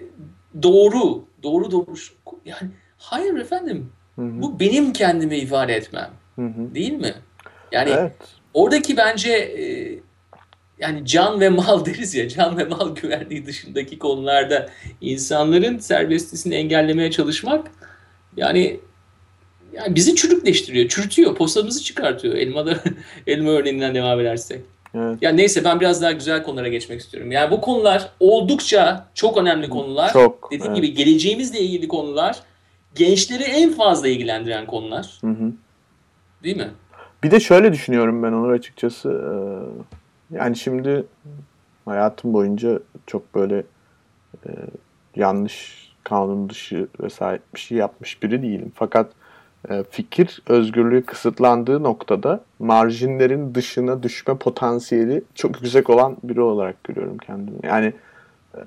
doğru, doğru doğru yani hayır efendim hı hı. bu benim kendimi ifade etmem hı hı. değil mi? Yani evet. Oradaki bence e, yani can ve mal deriz ya, can ve mal güvenliği dışındaki konularda insanların serbestisini engellemeye çalışmak yani yani bizi çürükleştiriyor, çürütüyor, postamızı çıkartıyor. Elmada elma örneğinden devam edersek. Evet. Yani neyse ben biraz daha güzel konulara geçmek istiyorum. Yani bu konular oldukça çok önemli konular. Çok. Dediğim evet. gibi geleceğimizle ilgili konular, gençleri en fazla ilgilendiren konular. Hı hı. Değil mi? Bir de şöyle düşünüyorum ben Onur açıkçası. Yani şimdi hayatım boyunca çok böyle yanlış, kanun dışı vesaire bir şey yapmış biri değilim. Fakat fikir özgürlüğü kısıtlandığı noktada marjinlerin dışına düşme potansiyeli çok yüksek olan biri olarak görüyorum kendimi. Yani e,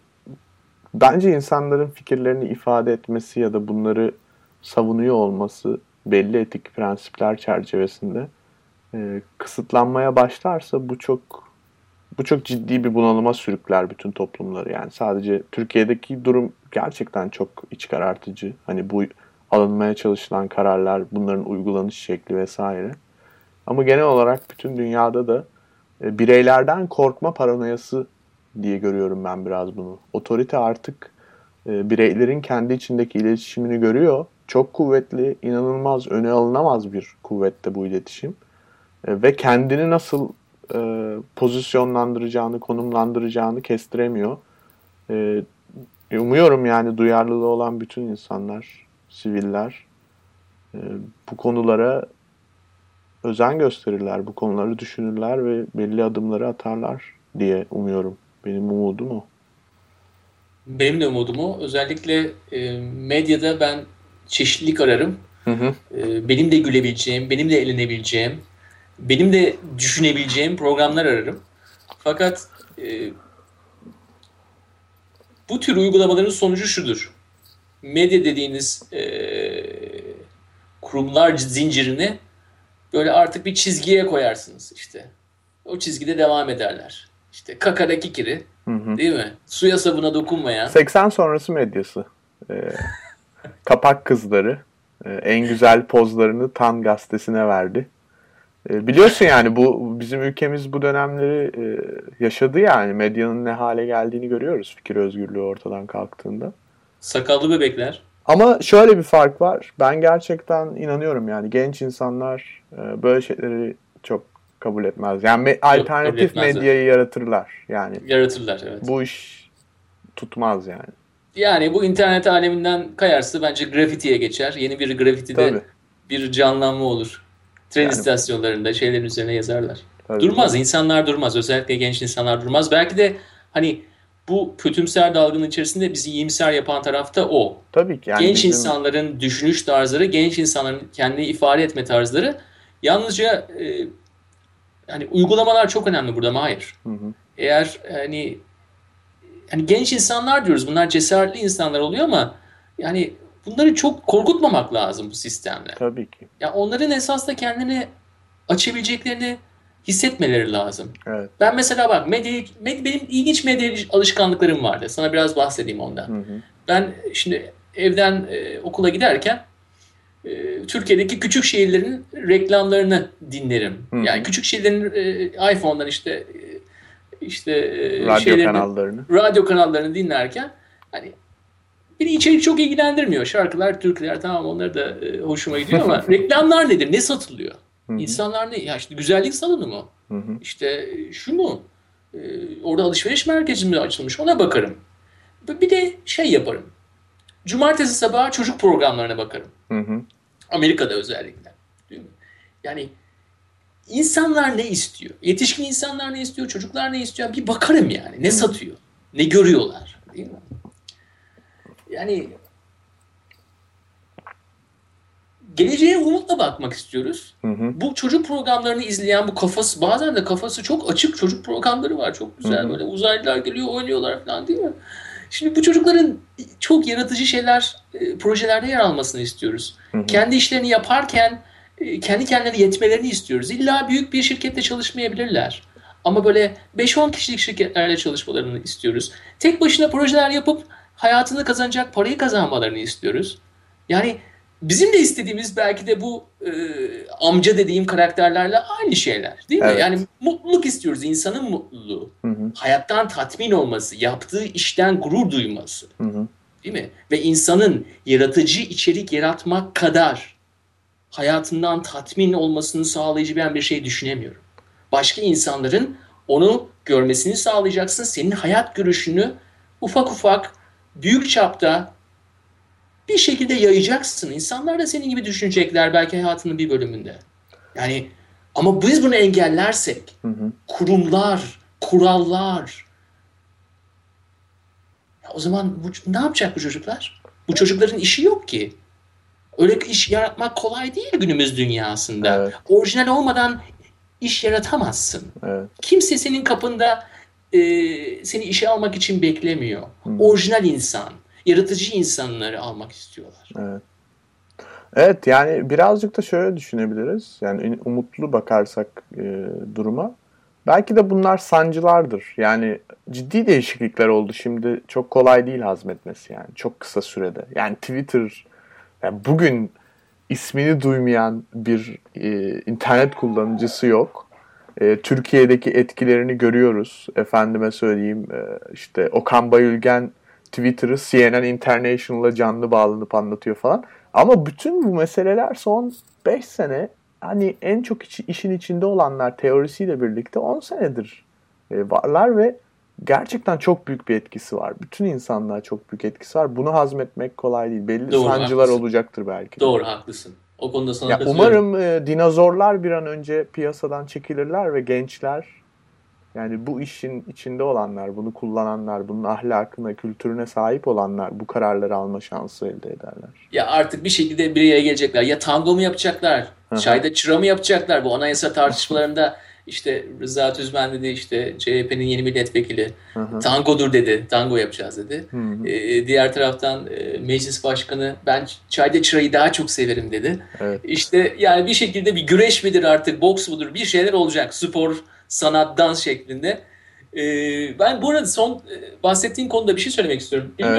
bence insanların fikirlerini ifade etmesi ya da bunları savunuyor olması belli etik prensipler çerçevesinde e, kısıtlanmaya başlarsa bu çok bu çok ciddi bir bunalıma sürükler bütün toplumları. Yani sadece Türkiye'deki durum gerçekten çok iç karartıcı. Hani bu alınmaya çalışılan kararlar, bunların uygulanış şekli vesaire. Ama genel olarak bütün dünyada da e, bireylerden korkma paranoyası diye görüyorum ben biraz bunu. Otorite artık e, bireylerin kendi içindeki iletişimini görüyor. Çok kuvvetli, inanılmaz, öne alınamaz bir kuvvette bu iletişim. E, ve kendini nasıl e, pozisyonlandıracağını, konumlandıracağını kestiremiyor. E, umuyorum yani duyarlılığı olan bütün insanlar, siviller e, bu konulara özen gösterirler, bu konuları düşünürler ve belli adımları atarlar diye umuyorum. Benim umudum o. Benim de umudum o. Özellikle e, medyada ben çeşitlilik ararım. Hı hı. E, benim de gülebileceğim, benim de eğlenebileceğim, benim de düşünebileceğim programlar ararım. Fakat e, bu tür uygulamaların sonucu şudur. Medya dediğiniz e, kurumlar zincirini böyle artık bir çizgiye koyarsınız işte. O çizgide devam ederler. İşte kakara kikiri, hı hı. değil mi? Suya sabuna dokunmayan. seksen sonrası medyası E, kapak kızları e, en güzel pozlarını Tan gazetesine verdi. E, biliyorsun yani bu bizim ülkemiz bu dönemleri e, yaşadı yani. Medyanın ne hale geldiğini görüyoruz fikir özgürlüğü ortadan kalktığında. Sakallı bebekler. Ama şöyle bir fark var. Ben gerçekten inanıyorum yani genç insanlar e, böyle şeyleri çok kabul etmez. Yani me- alternatif medyayı yaratırlar. Yani yaratırlar evet. Bu iş tutmaz yani. Yani bu internet aleminden kayarsa bence grafitiye geçer. Yeni bir grafitide Tabii. bir canlanma olur. Tren yani, istasyonlarında şeylerin üzerine yazarlar. Tabii durmaz. Tabii. İnsanlar durmaz. Özellikle genç insanlar durmaz. Belki de hani bu kötümser dalganın içerisinde bizi iyimser yapan taraf da o. Tabii ki. Yani genç bizim... insanların düşünüş tarzları, genç insanların kendini ifade etme tarzları yalnızca e, hani uygulamalar çok önemli burada ama hayır. Hı hı. Eğer hani hani genç insanlar diyoruz. Bunlar cesaretli insanlar oluyor ama yani bunları çok korkutmamak lazım bu sistemle. Tabii ki. Ya yani onların esas da kendini açabileceklerini hissetmeleri lazım. Evet. Ben mesela bak medya, med, benim ilginç medya alışkanlıklarım vardı. Sana biraz bahsedeyim ondan. Hı hı. Ben şimdi evden e, okula giderken e, Türkiye'deki küçük şehirlerin reklamlarını dinlerim. Hı hı. Yani küçük şehirlerin e, iPhone'dan işte işte radyo kanallarını radyo kanallarını dinlerken hani beni içerik çok ilgilendirmiyor. Şarkılar, türküler tamam onlar da e, hoşuma gidiyor ama reklamlar nedir? Ne satılıyor? Hı-hı. İnsanlar ne? Ya işte güzellik salonu mu? Hı-hı. İşte şu mu? Ee, orada alışveriş merkezi mi açılmış? Ona bakarım. Bir de şey yaparım. Cumartesi sabahı çocuk programlarına bakarım. Hı-hı. Amerika'da özellikle. Değil mi? Yani İnsanlar ne istiyor? Yetişkin insanlar ne istiyor? Çocuklar ne istiyor? Bir bakarım yani. Ne satıyor? Ne görüyorlar? Değil mi? Yani geleceğe umutla bakmak istiyoruz. Hı hı. Bu çocuk programlarını izleyen bu kafası, bazen de kafası çok açık çocuk programları var. Çok güzel hı hı. Böyle uzaylılar geliyor oynuyorlar falan değil mi? Şimdi bu çocukların çok yaratıcı şeyler, e, projelerde yer almasını istiyoruz. Hı hı. Kendi işlerini yaparken kendi kendilerine yetmelerini istiyoruz. İlla büyük bir şirkette çalışmayabilirler. Ama böyle beş on kişilik şirketlerle çalışmalarını istiyoruz. Tek başına projeler yapıp hayatını kazanacak parayı kazanmalarını istiyoruz. Yani bizim de istediğimiz belki de bu e, amca dediğim karakterlerle aynı şeyler değil mi? Evet. Yani mutluluk istiyoruz. İnsanın mutluluğu. Hı hı. Hayattan tatmin olması, yaptığı işten gurur duyması. Hı hı. Değil mi? Ve insanın yaratıcı içerik yaratmak kadar hayatından tatmin olmasını sağlayıcı ben bir şey düşünemiyorum. Başka insanların onu görmesini sağlayacaksın. Senin hayat görüşünü ufak ufak, büyük çapta bir şekilde yayacaksın. İnsanlar da senin gibi düşünecekler belki hayatının bir bölümünde. Yani ama biz bunu engellersek, hı hı. kurumlar, kurallar, ya o zaman bu, ne yapacak bu çocuklar? Bu çocukların işi yok ki. Öyle iş yaratmak kolay değil günümüz dünyasında. Evet. Orijinal olmadan iş yaratamazsın. Evet. Kimse senin kapında e, seni işe almak için beklemiyor. Hmm. Orijinal insan, yaratıcı insanları almak istiyorlar. Evet. Evet yani birazcık da şöyle düşünebiliriz. Yani umutlu bakarsak e, duruma. Belki de bunlar sancılardır. Yani ciddi değişiklikler oldu. Şimdi çok kolay değil hazmetmesi yani. Çok kısa sürede. Yani Twitter... Yani bugün ismini duymayan bir e, internet kullanıcısı yok. E, Türkiye'deki etkilerini görüyoruz. Efendime söyleyeyim e, işte Okan Bayülgen Twitter'ı C N N International'a canlı bağlanıp anlatıyor falan. Ama bütün bu meseleler son beş sene hani en çok iç, işin içinde olanlar teorisiyle birlikte on senedir e, varlar ve gerçekten çok büyük bir etkisi var. Bütün insanlığa çok büyük etkisi var. Bunu hazmetmek kolay değil. Belli Doğru, sancılar haklısın. olacaktır belki. Doğru, haklısın. O konuda sana ya umarım e, dinozorlar bir an önce piyasadan çekilirler ve gençler yani bu işin içinde olanlar, bunu kullananlar, bunun ahlakına, kültürüne sahip olanlar bu kararları alma şansı elde ederler. Ya artık bir şekilde bir yere gelecekler. Ya tango mu yapacaklar? Hı-hı. Çayda çıra mı yapacaklar? Bu anayasa tartışmalarında İşte Rıza Tüzmen dedi işte C H P'nin yeni milletvekili hı hı. tangodur dedi. Tango yapacağız dedi. Hı hı. Ee, diğer taraftan e, meclis başkanı ben çayda çırayı daha çok severim dedi. Evet. İşte yani bir şekilde bir güreş midir artık boks mudur bir şeyler olacak. Spor, sanat, dans şeklinde. Ee, ben bu arada son bahsettiğin konuda bir şey söylemek istiyorum. Bilmiyorum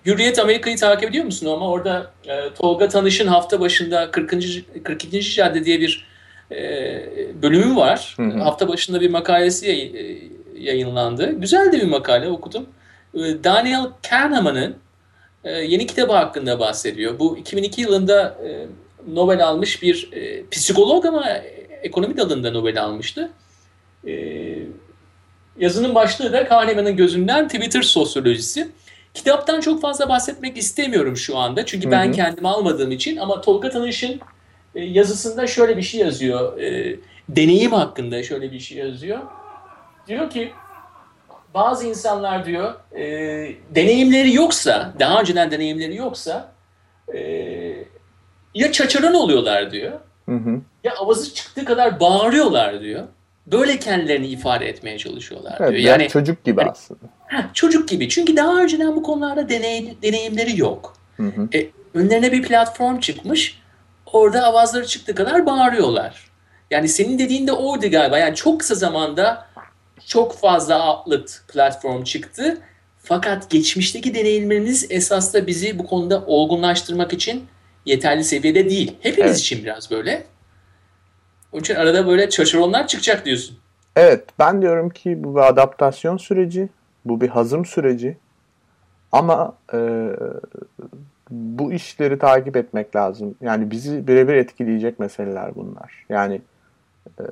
Hürriyet Amerika'yı takip ediyor musun ama orada e, Tolga Tanış'ın hafta başında kırkıncı kırk ikinci cadde diye bir e, bölümü var. Hı hı. Hafta başında bir makalesi yayın, e, yayınlandı. Güzel de bir makale, okudum. E, Daniel Kahneman'ın e, yeni kitabı hakkında bahsediyor. Bu iki bin iki yılında e, Nobel almış bir e, psikolog ama ekonomi dalında Nobel almıştı. E, yazının başlığı da Kahneman'ın gözünden Twitter sosyolojisi. Kitaptan çok fazla bahsetmek istemiyorum şu anda. Çünkü Hı ben hı. kendim almadığım için. Ama Tolga Tanış'ın e, yazısında şöyle bir şey yazıyor. E, deneyim hakkında şöyle bir şey yazıyor. Diyor ki bazı insanlar diyor e, deneyimleri yoksa, daha önceden deneyimleri yoksa e, ya çaçaran oluyorlar diyor. Hı hı. Ya avazı çıktığı kadar bağırıyorlar diyor. Böyle kendilerini ifade etmeye çalışıyorlar Evet, diyor. biraz Yani çocuk gibi hani, aslında. ha, çocuk gibi. Çünkü daha önceden bu konularda deney, deneyimleri yok. Hı hı. E, önlerine bir platform çıkmış. Orada avazları çıktığı kadar bağırıyorlar. Yani senin dediğin de oydu galiba. Yani çok kısa zamanda çok fazla outlet platform çıktı. Fakat geçmişteki deneyimlerimiz esas da bizi bu konuda olgunlaştırmak için yeterli seviyede değil. Hepimiz Evet. için biraz böyle. Onun için arada böyle şaşıronlar çıkacak diyorsun. Evet, ben diyorum ki bu bir adaptasyon süreci, bu bir hazım süreci. Ama e, bu işleri takip etmek lazım. Yani bizi birebir etkileyecek meseleler bunlar. Yani e,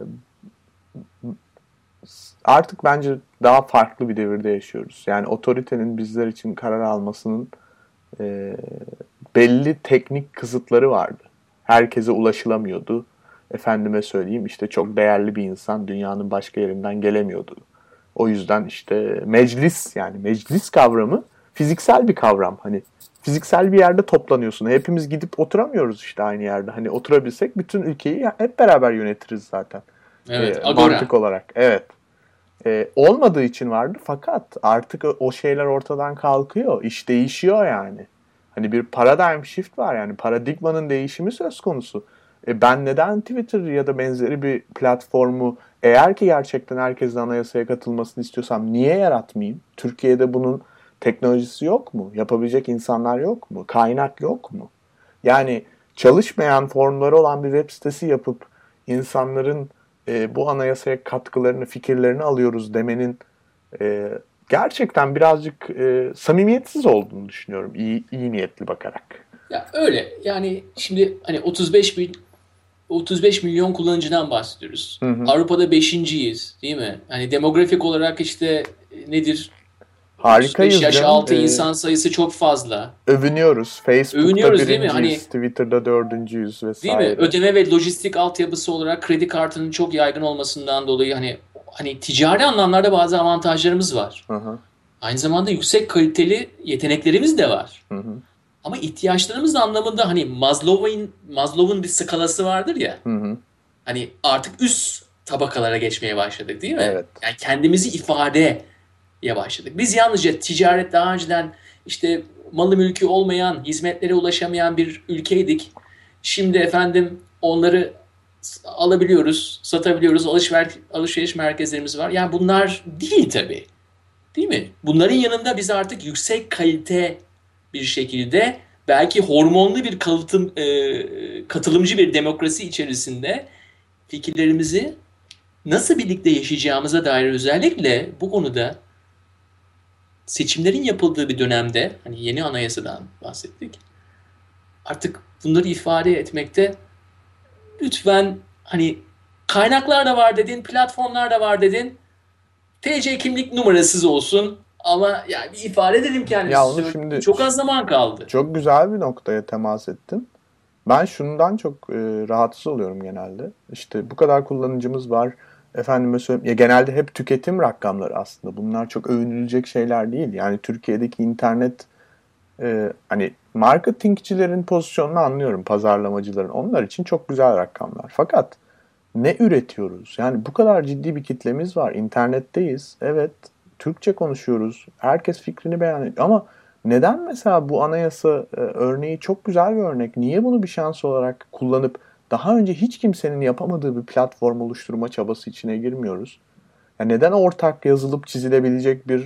artık bence daha farklı bir devirde yaşıyoruz. Yani otoritenin bizler için karar almasının e, belli teknik kısıtları vardı. Herkese ulaşılamıyordu. Efendime söyleyeyim, işte çok değerli bir insan dünyanın başka yerinden gelemiyordu. O yüzden işte meclis, yani meclis kavramı fiziksel bir kavram. Hani fiziksel bir yerde toplanıyorsun. Hepimiz gidip oturamıyoruz işte aynı yerde. Hani oturabilsek bütün ülkeyi hep beraber yönetiriz zaten. Evet, E, agora. mantık olarak. Evet. E, olmadığı için vardı, fakat artık o şeyler ortadan kalkıyor. İş değişiyor yani. Hani bir paradigm shift var, yani paradigmanın değişimi söz konusu. E, ben neden Twitter ya da benzeri bir platformu, eğer ki gerçekten herkesin anayasaya katılmasını istiyorsam, niye yaratmayayım? Türkiye'de bunun teknolojisi yok mu? Yapabilecek insanlar yok mu? Kaynak yok mu? Yani çalışmayan formları olan bir web sitesi yapıp insanların e, bu anayasaya katkılarını, fikirlerini alıyoruz demenin e, gerçekten birazcık e, samimiyetsiz olduğunu düşünüyorum. İyi, iyi niyetli bakarak. Ya öyle. Yani şimdi hani otuz beş bin otuz beş milyon kullanıcıdan bahsediyoruz. Hı hı. Avrupa'da beşinciyiz, değil mi? Hani demografik olarak işte nedir? Harikayız otuz beş yaş canım. altı Ee, insan sayısı çok fazla. Övünüyoruz. Facebook'ta Övünüyoruz değil mi? birinciyiz, Hani Twitter'da dördüncüyüz değil mi? vesaire. Ödeme ve lojistik altyapısı olarak kredi kartının çok yaygın olmasından dolayı hani hani ticari anlamlarda bazı avantajlarımız var. Hı hı. Aynı zamanda yüksek kaliteli yeteneklerimiz de var. Hı hı. Ama ihtiyaçlarımız anlamında hani Maslow'un Maslow'un bir skalası vardır ya. Hı hı. Hani artık üst tabakalara geçmeye başladık, değil mi? Evet. Yani kendimizi ifadeye başladık. Biz yalnızca ticaret, daha önceden işte malı mülkü olmayan, hizmetlere ulaşamayan bir ülkeydik. Şimdi efendim onları alabiliyoruz, satabiliyoruz, alışveriş, alışveriş merkezlerimiz var. Yani bunlar değil tabii. Değil mi? Bunların yanında biz artık yüksek kalite bir şekilde, belki hormonlu bir kalıtım, e, katılımcı bir demokrasi içerisinde fikirlerimizi nasıl birlikte yaşayacağımıza dair, özellikle bu konuda seçimlerin yapıldığı bir dönemde, hani yeni anayasadan bahsettik, artık bunları ifade etmekte lütfen, hani kaynaklar da var dedin, platformlar da var dedin, T C kimlik numarasız olsun ama yani bir ifade edelim kendimizi. Ya onu şimdi Çok az zaman kaldı. Çok güzel bir noktaya temas ettin. Ben şundan çok e, rahatsız oluyorum genelde. İşte bu kadar kullanıcımız var. Efendime söyleyeyim, ya genelde hep tüketim rakamları aslında. Bunlar çok övünülecek şeyler değil. Yani Türkiye'deki internet, e, hani marketingçilerin pozisyonunu anlıyorum, pazarlamacıların. Onlar için çok güzel rakamlar. Fakat ne üretiyoruz? Yani bu kadar ciddi bir kitlemiz var. İnternetteyiz. Evet, Türkçe konuşuyoruz. Herkes fikrini beyan ediyor. Ama neden mesela bu anayasa e, örneği çok güzel bir örnek. Niye bunu bir şans olarak kullanıp daha önce hiç kimsenin yapamadığı bir platform oluşturma çabası içine girmiyoruz? Yani neden ortak yazılıp çizilebilecek bir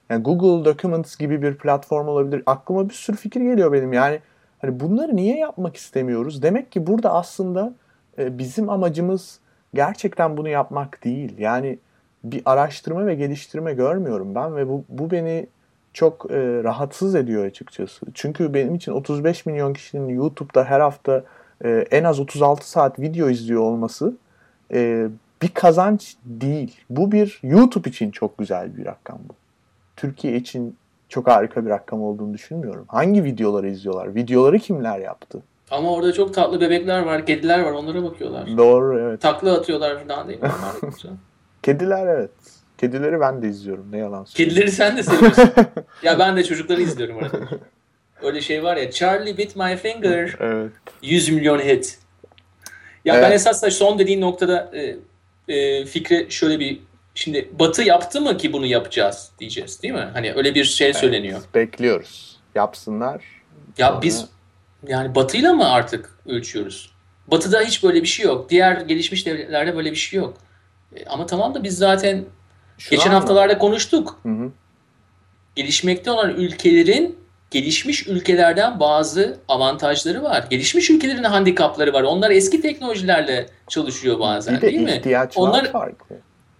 Yani Google Documents gibi bir platform olabilir. Aklıma bir sürü fikir geliyor benim. Yani hani bunları niye yapmak istemiyoruz? Demek ki burada aslında e, bizim amacımız gerçekten bunu yapmak değil. Yani bir araştırma ve geliştirme görmüyorum ben ve bu, bu beni çok e, rahatsız ediyor açıkçası. Çünkü benim için otuz beş milyon kişinin YouTube'da her hafta e, en az otuz altı saat video izliyor olması e, bir kazanç değil. Bu bir YouTube için çok güzel bir rakam bu. Türkiye için çok harika bir rakam olduğunu düşünmüyorum. Hangi videoları izliyorlar? Videoları kimler yaptı? Ama orada çok tatlı bebekler var, kediler var. Onlara bakıyorlar. Doğru, evet. Takla atıyorlar falan değil mi? Kediler, evet. Kedileri ben de izliyorum. Ne yalan söyleyeyim. Kedileri sen de seviyorsun. Ya ben de çocukları izliyorum arada. Öyle şey var ya. Charlie bit my finger. Evet. yüz milyon hit. Ya Evet. ben esasında son dediğin noktada e, e, fikre şöyle bir... Şimdi Batı yaptı mı ki bunu yapacağız diyeceğiz değil mi? Hani öyle bir şey söyleniyor. Evet, bekliyoruz. Yapsınlar. Ya Sonra... biz yani Batı'yla mı artık ölçüyoruz? Batı'da hiç böyle bir şey yok. Diğer gelişmiş devletlerde böyle bir şey yok. E, ama tamam da biz zaten Şunu geçen anladım. haftalarda konuştuk. Hı hı. Gelişmekte olan ülkelerin gelişmiş ülkelerden bazı avantajları var. Gelişmiş ülkelerin handikapları var. Onlar eski teknolojilerle çalışıyor bazen, Bir de değil mi? ihtiyaçlar Onlar farklı.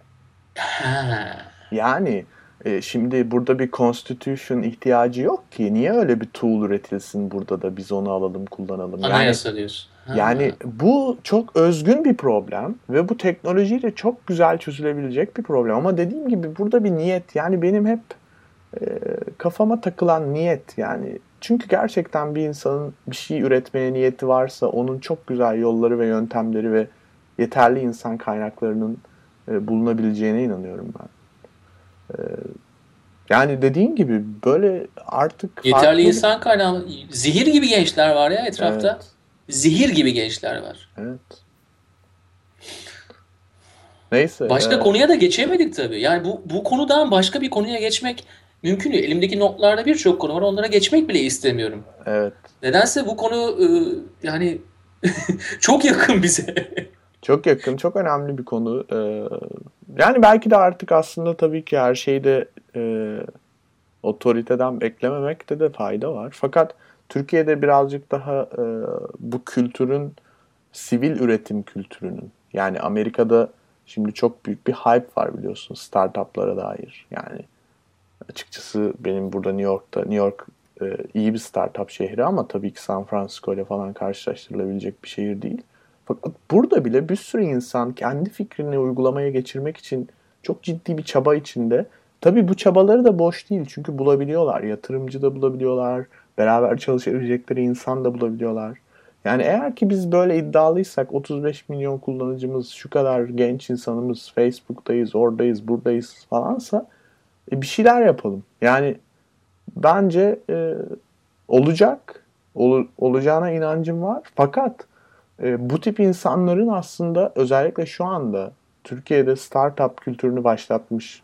ha. Yani e, şimdi burada bir constitution ihtiyacı yok ki. Niye öyle bir tool üretilsin burada da biz onu alalım, kullanalım? Anayasa yani, diyorsun. Ha. Yani bu çok özgün bir problem ve bu teknolojiyle çok güzel çözülebilecek bir problem. Ama dediğim gibi burada bir niyet. Yani benim hep e, kafama takılan niyet. Yani çünkü gerçekten bir insanın bir şey üretmeye niyeti varsa onun çok güzel yolları ve yöntemleri ve yeterli insan kaynaklarının e, bulunabileceğine inanıyorum ben. E, yani dediğin gibi böyle artık Yeterli farklı... insan kaynağı. Zehir gibi gençler var ya etrafta. Evet. Zehir gibi gençler var. Evet. Neyse. Başka e... konuya da geçemedik tabii. Yani bu, bu konudan başka bir konuya geçmek mümkün değil. Elimdeki notlarda birçok konu var. Onlara geçmek bile istemiyorum. Evet. Nedense bu konu e, yani çok yakın bize. Çok yakın, çok önemli bir konu. Ee, yani belki de artık aslında tabii ki her şeyde e, otoriteden beklememekte de fayda var. Fakat Türkiye'de birazcık daha e, bu kültürün sivil üretim kültürünün, yani Amerika'da şimdi çok büyük bir hype var biliyorsun startuplara dair. Yani açıkçası benim burada New York'ta, New York e, iyi bir startup şehri ama tabii ki San Francisco ile falan karşılaştırılabilecek bir şehir değil. Fakat burada bile bir sürü insan kendi fikrini uygulamaya geçirmek için çok ciddi bir çaba içinde. Tabii bu çabaları da boş değil çünkü bulabiliyorlar. Yatırımcı da bulabiliyorlar, beraber çalışabilecekleri insan da bulabiliyorlar. Yani eğer ki biz böyle iddialıysak otuz beş milyon kullanıcımız, şu kadar genç insanımız, Facebook'tayız, oradayız, buradayız falansa e, bir şeyler yapalım. Yani bence e, olacak, ol, olacağına inancım var. Fakat e, bu tip insanların aslında özellikle şu anda Türkiye'de startup kültürünü başlatmış,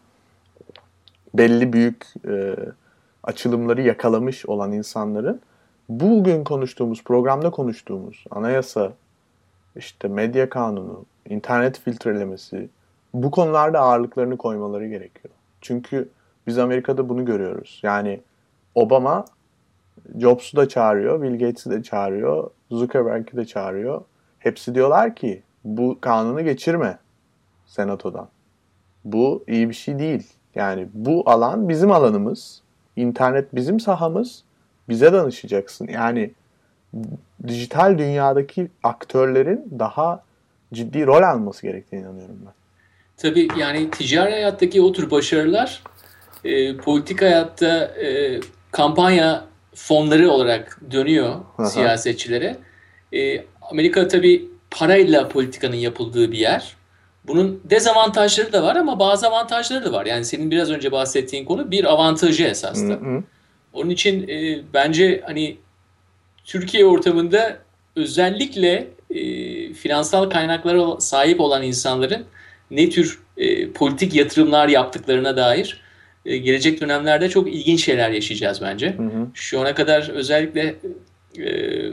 belli büyük e, açılımları yakalamış olan insanların bugün konuştuğumuz, programda konuştuğumuz anayasa, işte medya kanunu, internet filtrelemesi, bu konularda ağırlıklarını koymaları gerekiyor. Çünkü biz Amerika'da bunu görüyoruz. Yani Obama Jobs'u da çağırıyor, Bill Gates'i de çağırıyor, Zuckerberg'i de çağırıyor. Hepsi diyorlar ki bu kanunu geçirme senatodan. Bu iyi bir şey değil. Yani bu alan bizim alanımız, internet bizim sahamız, bize danışacaksın. Yani dijital dünyadaki aktörlerin daha ciddi rol alması gerektiğine inanıyorum ben. Tabii yani ticari hayattaki o tür başarılar e, politik hayatta e, kampanya fonları olarak dönüyor Aha. siyasetçilere. E, Amerika tabii parayla politikanın yapıldığı bir yer. Bunun dezavantajları da var ama bazı avantajları da var. Yani senin biraz önce bahsettiğin konu bir avantajı esasında. Hı hı. Onun için e, bence hani Türkiye ortamında özellikle e, finansal kaynaklara sahip olan insanların ne tür e, politik yatırımlar yaptıklarına dair e, gelecek dönemlerde çok ilginç şeyler yaşayacağız bence. Hı hı. Şu ana kadar özellikle e,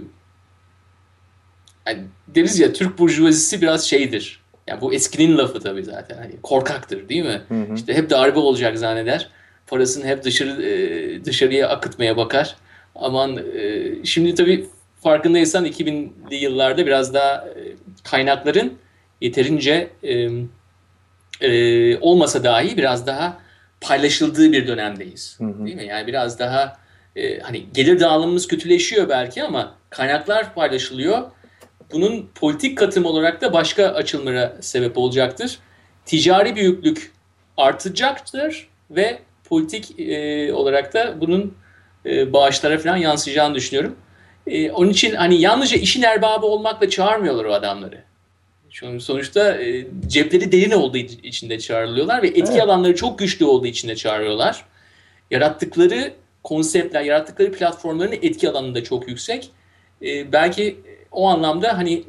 yani deriz ya Türk burjuvazisi biraz şeydir. Yani bu eskinin lafı tabii zaten. Hani korkaktır değil mi? Hı hı. İşte hep darbe olacak zanneder. parasını hep dışarı e, dışarıya akıtmaya bakar. Aman e, şimdi tabii farkındaysan iki binli yıllarda biraz daha e, kaynakların yeterince e, e, olmasa dahi biraz daha paylaşıldığı bir dönemdeyiz. Hı hı. Değil mi? Yani biraz daha e, hani gelir dağılımımız kötüleşiyor belki ama kaynaklar paylaşılıyor. Bunun politik katım olarak da başka açılımlara sebep olacaktır. Ticari büyüklük artacaktır ve politik e, olarak da bunun e, bağışlara falan yansıyacağını düşünüyorum. E, onun için hani yalnızca işin erbabı olmakla çağırmıyorlar o adamları. Çünkü sonuçta e, cepleri derin olduğu için de çağrılıyorlar ve etki evet. alanları çok güçlü olduğu için de çağırıyorlar. Yarattıkları konseptler, yarattıkları platformların etki alanı da çok yüksek. E, belki o anlamda hani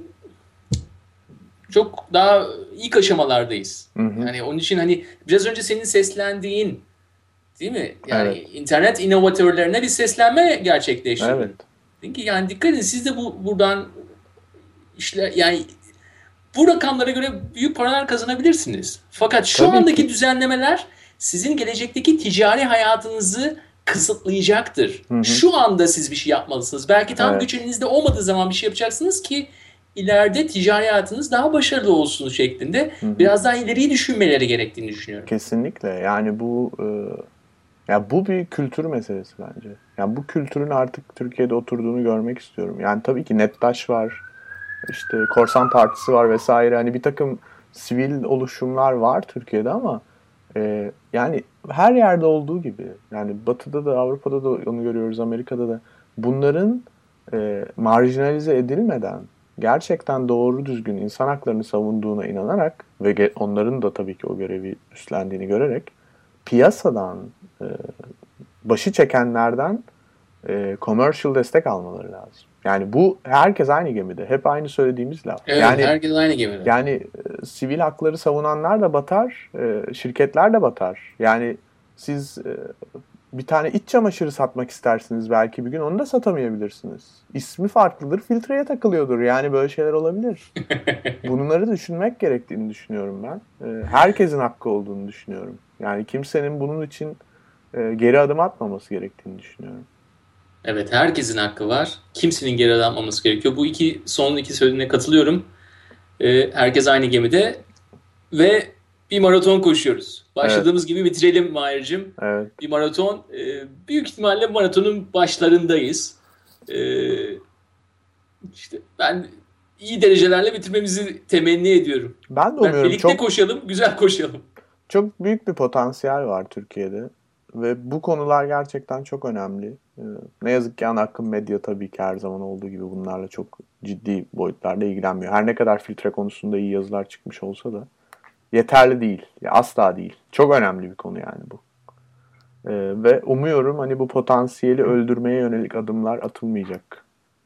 çok daha ilk aşamalardayız. Hı hı. Yani onun için hani biraz önce senin seslendiğin, değil mi? Yani evet. internet inovatörlerine bir seslenme gerçekleşiyor. Evet. Çünkü yani dikkat edin, siz de bu buradan işler yani bu rakamlara göre büyük paralar kazanabilirsiniz. Fakat şu Tabii andaki ki. düzenlemeler sizin gelecekteki ticari hayatınızı kısıtlayacaktır. Hı hı. Şu anda siz bir şey yapmalısınız. Belki tam evet. güç elinizde olmadığı zaman bir şey yapacaksınız ki ileride ticari hayatınız daha başarılı olsun şeklinde hı hı. biraz daha ileriyi düşünmeleri gerektiğini düşünüyorum. Kesinlikle. Yani bu e, ya bu bir kültür meselesi bence. Yani bu kültürün artık Türkiye'de oturduğunu görmek istiyorum. Yani tabii ki Netdaş var, işte Korsan Partisi var vesaire. Hani bir takım sivil oluşumlar var Türkiye'de ama e, yani her yerde olduğu gibi, yani Batı'da da Avrupa'da da onu görüyoruz, Amerika'da da bunların e, marjinalize edilmeden gerçekten doğru düzgün insan haklarını savunduğuna inanarak ve onların da tabii ki o görevi üstlendiğini görerek piyasadan e, başı çekenlerden e, commercial destek almaları lazım. Yani bu herkes aynı gemide. Hep aynı söylediğimiz laf. Evet, yani, herkes aynı gemide. Yani e, sivil hakları savunanlar da batar, e, şirketler de batar. Yani siz e, bir tane iç çamaşırı satmak istersiniz belki bir gün, onu da satamayabilirsiniz. İsmi farklıdır, filtreye takılıyordur. Yani böyle şeyler olabilir. Bunları düşünmek gerektiğini düşünüyorum ben. E, herkesin hakkı olduğunu düşünüyorum. Yani kimsenin bunun için e, geri adım atmaması gerektiğini düşünüyorum. Evet, herkesin hakkı var. Kimsenin geri adım atmaması gerekiyor. Bu iki son iki söylediğine katılıyorum. Ee, herkes aynı gemide ve bir maraton koşuyoruz. Başladığımız evet. gibi bitirelim Mahir'cim. Evet. Bir maraton. E, büyük ihtimalle maratonun başlarındayız. E, işte ben iyi derecelerle bitirmemizi temenni ediyorum. Ben de umuyorum. Birlikte çok, koşalım, güzel koşalım. Çok büyük bir potansiyel var Türkiye'de. Ve bu konular gerçekten çok önemli. Ne yazık ki ana akım medya tabii ki her zaman olduğu gibi bunlarla çok ciddi boyutlarda ilgilenmiyor. Her ne kadar filtre konusunda iyi yazılar çıkmış olsa da yeterli değil. Asla değil. Çok önemli bir konu yani bu. Ve umuyorum hani bu potansiyeli öldürmeye yönelik adımlar atılmayacak.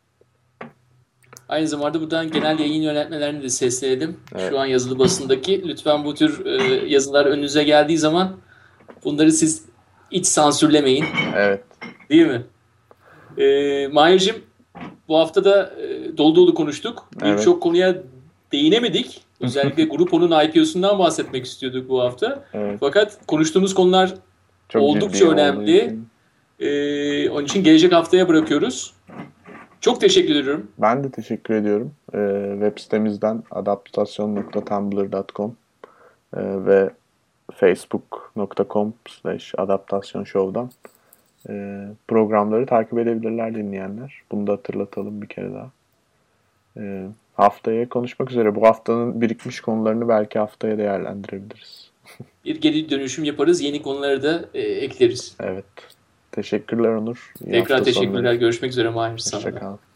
Aynı zamanda buradan genel yayın yönetmelerine de seslenelim. Evet. Şu an yazılı basındaki. Lütfen bu tür yazılar önünüze geldiği zaman bunları siz hiç sansürlemeyin. Evet. Değil mi? Ee, Mahir'cim, bu hafta da e, dolu dolu konuştuk. Evet. Birçok konuya değinemedik. Özellikle Grupo'nun I P O'sundan bahsetmek istiyorduk bu hafta. Evet. Fakat konuştuğumuz konular çok oldukça önemli. Ee, onun için gelecek haftaya bırakıyoruz. Çok teşekkür ediyorum. Ben de teşekkür ediyorum. Ee, web sitemizden adaptasyon nokta tumblr nokta com ee, ve facebook nokta com slash adaptasyon show'dan e, programları takip edebilirler dinleyenler. Bunu da hatırlatalım bir kere daha. E, haftaya konuşmak üzere. Bu haftanın birikmiş konularını belki haftaya değerlendirebiliriz. Bir geri dönüşüm yaparız. Yeni konuları da e, ekleriz. Evet. Teşekkürler Onur. İyi Tekrar teşekkürler. Sonları. Görüşmek üzere Mahir. Hoşça kal.